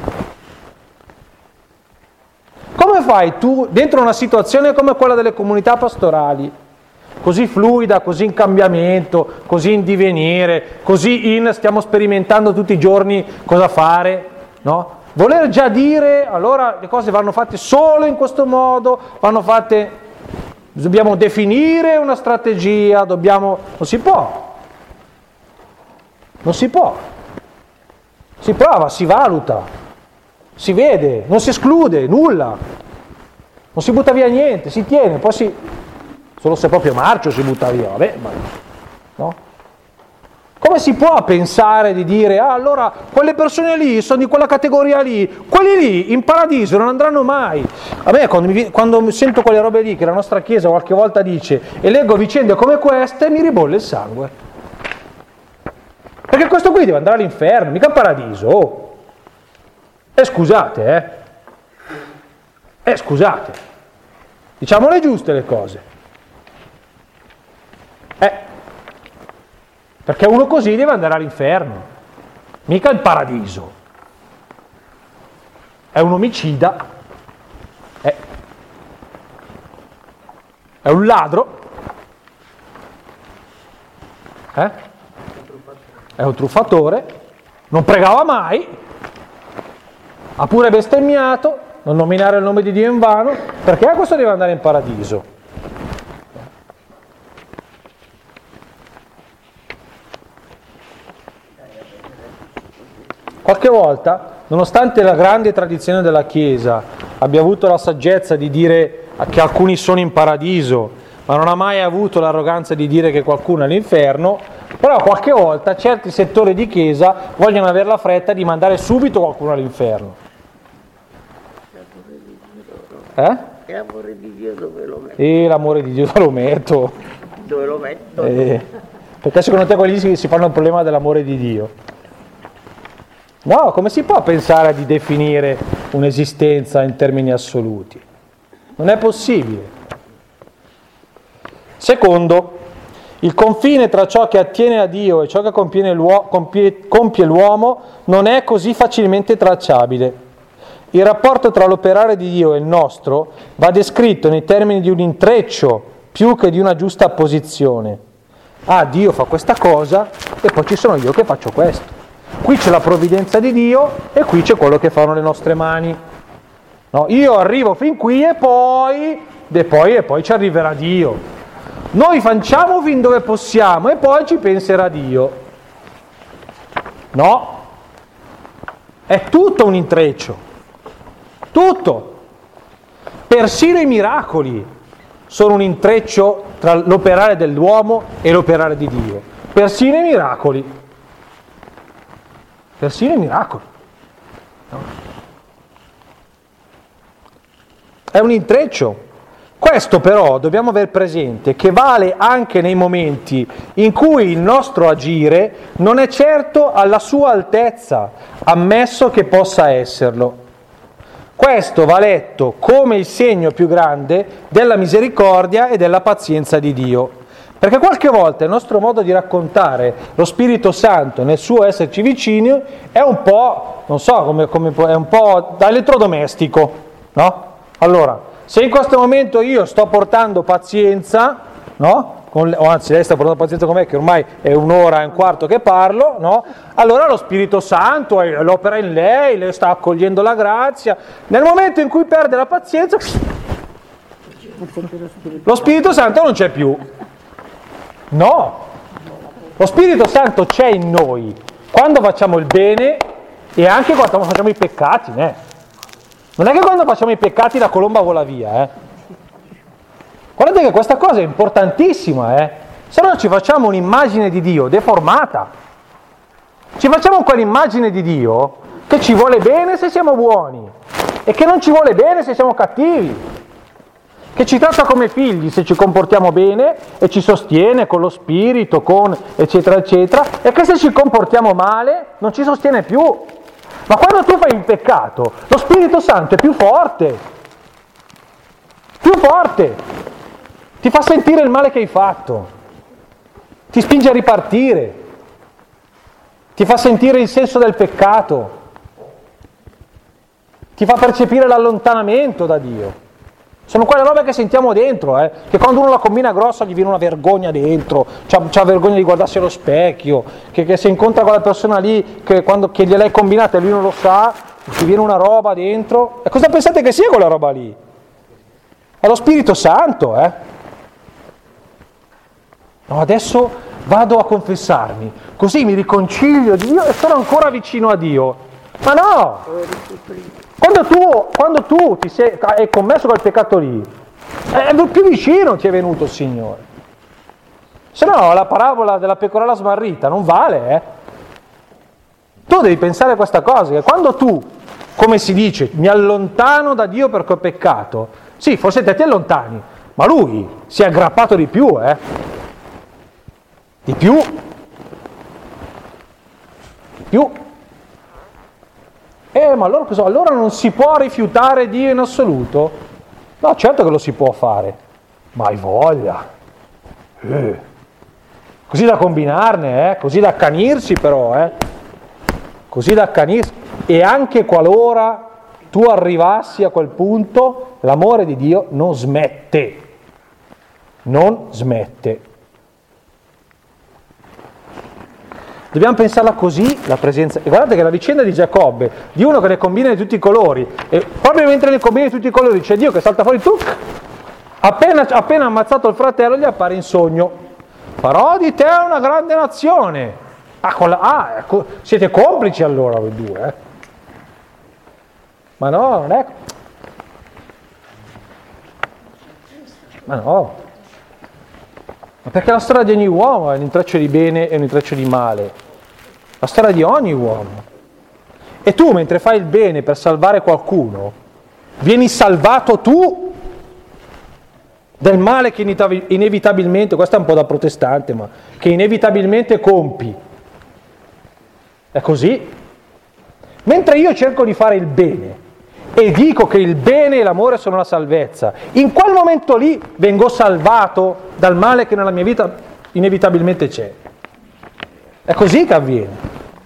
Come fai tu, dentro una situazione come quella delle comunità pastorali, così fluida, così in cambiamento, così in divenire, così in stiamo sperimentando tutti i giorni cosa fare, no? Voler già dire, allora le cose vanno fatte solo in questo modo, vanno fatte, dobbiamo definire una strategia, dobbiamo, non si può, non si può, si prova, si valuta, si vede, non si esclude, nulla, non si butta via niente, si tiene, poi si, solo se proprio marcio si butta via, vabbè, ma no? Come si può pensare di dire, ah, allora quelle persone lì sono di quella categoria lì, quelli lì in paradiso non andranno mai. A me quando, mi, quando sento quelle robe lì che la nostra Chiesa qualche volta dice e leggo vicende come queste, mi ribolle il sangue. Perché questo qui deve andare all'inferno, mica al paradiso. Oh. E scusate, eh. Eh, scusate. Diciamole giuste le cose. Eh. Perché uno così deve andare all'inferno, mica il paradiso. È un omicida, è, è un ladro, eh? È un truffatore, non pregava mai, ha pure bestemmiato, non nominare il nome di Dio in vano, perché questo deve andare in paradiso. Qualche volta, nonostante la grande tradizione della Chiesa abbia avuto la saggezza di dire che alcuni sono in paradiso, ma non ha mai avuto l'arroganza di dire che qualcuno è all'inferno, però qualche volta certi settori di Chiesa vogliono avere la fretta di mandare subito qualcuno all'inferno. Eh? E l'amore di Dio dove lo metto? E l'amore di Dio dove lo metto? Dove lo metto? Eh, perché secondo te quelli si, si fanno il problema dell'amore di Dio? No, come si può pensare di definire un'esistenza in termini assoluti? Non è possibile. Secondo, il confine tra ciò che attiene a Dio e ciò che compie l'uomo, compie, compie l'uomo non è così facilmente tracciabile. Il rapporto tra l'operare di Dio e il nostro va descritto nei termini di un intreccio più che di una giusta posizione. Ah, Dio fa questa cosa e poi ci sono io che faccio questo. Qui c'è la provvidenza di Dio e qui c'è quello che fanno le nostre mani. No, io arrivo fin qui e poi, e poi, e poi ci arriverà Dio. Noi facciamo fin dove possiamo e poi ci penserà Dio. No, è tutto un intreccio. Tutto. Persino i miracoli sono un intreccio tra l'operare dell'uomo e l'operare di Dio. Persino i miracoli. Persino i miracoli. No? È un intreccio. Questo però dobbiamo aver presente che vale anche nei momenti in cui il nostro agire non è certo alla sua altezza, ammesso che possa esserlo. Questo va letto come il segno più grande della misericordia e della pazienza di Dio. Perché qualche volta il nostro modo di raccontare lo Spirito Santo nel suo esserci vicino è un po', non so, come, come è un po' da elettrodomestico, no? Allora, se in questo momento io sto portando pazienza, no? Con, o anzi lei sta portando pazienza con me che ormai è un'ora e un quarto che parlo, no? Allora lo Spirito Santo è, l'opera in lei, lei sta accogliendo la grazia. Nel momento in cui perde la pazienza, lo Spirito Santo non c'è più. No, lo Spirito Santo c'è in noi quando facciamo il bene e anche quando facciamo i peccati, eh. Non è che quando facciamo i peccati la colomba vola via, eh. Guardate che questa cosa è importantissima, eh. Se no ci facciamo un'immagine di Dio deformata, ci facciamo quell'immagine di Dio che ci vuole bene se siamo buoni e che non ci vuole bene se siamo cattivi. che ci tratta come figli se ci comportiamo bene e ci sostiene con lo spirito, con eccetera eccetera, e che se ci comportiamo male non ci sostiene più. Ma quando tu fai il peccato, lo Spirito Santo è più forte, più forte, ti fa sentire il male che hai fatto, ti spinge a ripartire, ti fa sentire il senso del peccato, ti fa percepire l'allontanamento da Dio. Sono quelle robe che sentiamo dentro, eh? Che quando uno la combina grossa gli viene una vergogna dentro, c'ha, c'ha vergogna di guardarsi allo specchio, che, che se incontra quella persona lì, che quando che gliel'hai combinata e lui non lo sa, ti viene una roba dentro. E cosa pensate che sia quella roba lì? È lo Spirito Santo, eh? No, adesso vado a confessarmi, così mi riconcilio di Dio e sono ancora vicino a Dio. Ma no! Quando tu, quando tu ti sei, hai commesso quel peccato lì, è più vicino ti è venuto il Signore. Se no la parabola della pecorella smarrita non vale, eh? Tu devi pensare a questa cosa, che quando tu, come si dice, mi allontano da Dio perché ho peccato, sì, forse te ti allontani, ma Lui si è aggrappato di più, eh? Di più. Di più. Eh, ma allora cosa? Allora non si può rifiutare Dio in assoluto? No, certo che lo si può fare, ma hai voglia. Eh. Così da combinarne, eh? Così da accanirsi però, eh? Così da accanirsi. E anche qualora tu arrivassi a quel punto, l'amore di Dio non smette. Non smette. Dobbiamo pensarla così, la presenza. E guardate che la vicenda di Giacobbe, di uno che ne combina di tutti i colori, e proprio mentre ne combina di tutti i colori c'è Dio che salta fuori, tuc, appena, appena ammazzato il fratello gli appare in sogno: farò di te una grande nazione. Ah, con la, ah ecco, siete complici allora voi due, eh? Ma no, non è. Ma no. Ma perché la storia di ogni uomo è un intreccio di bene e un intreccio di male. La storia di ogni uomo. E tu, mentre fai il bene per salvare qualcuno, vieni salvato tu del male che inevitabilmente, questo è un po' da protestante, ma che inevitabilmente compi. È così. Mentre io cerco di fare il bene e dico che il bene e l'amore sono la salvezza, in quel momento lì vengo salvato dal male che nella mia vita inevitabilmente c'è. È così che avviene.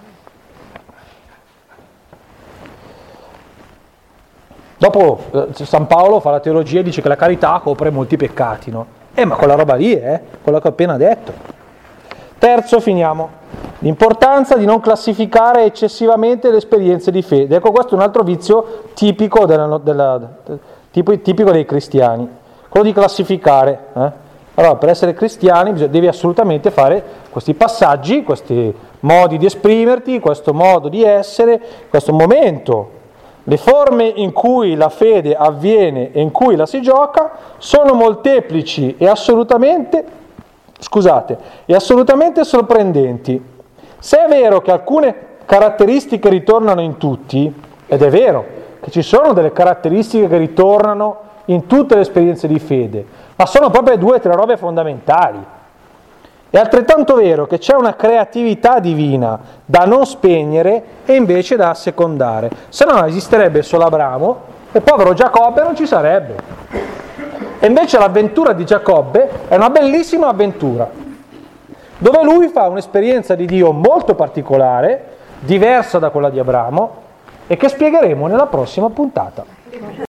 Dopo eh, San Paolo fa la teologia e dice che la carità copre molti peccati, no? Eh, ma quella roba lì, eh? Quello che ho appena detto. Terzo, finiamo. L'importanza di non classificare eccessivamente le esperienze di fede. Ecco, questo è un altro vizio tipico, della, della, tipico dei cristiani, quello di classificare. Eh? Allora, per essere cristiani devi assolutamente fare questi passaggi, questi modi di esprimerti, questo modo di essere, questo momento. Le forme in cui la fede avviene e in cui la si gioca sono molteplici e assolutamente, scusate, e assolutamente sorprendenti. Se è vero che alcune caratteristiche ritornano in tutti, ed è vero che ci sono delle caratteristiche che ritornano in tutte le esperienze di fede, ma sono proprio due o tre robe fondamentali. È altrettanto vero che c'è una creatività divina da non spegnere e invece da assecondare. Se no esisterebbe solo Abramo e povero Giacobbe non ci sarebbe. E invece l'avventura di Giacobbe è una bellissima avventura, dove lui fa un'esperienza di Dio molto particolare, diversa da quella di Abramo, e che spiegheremo nella prossima puntata.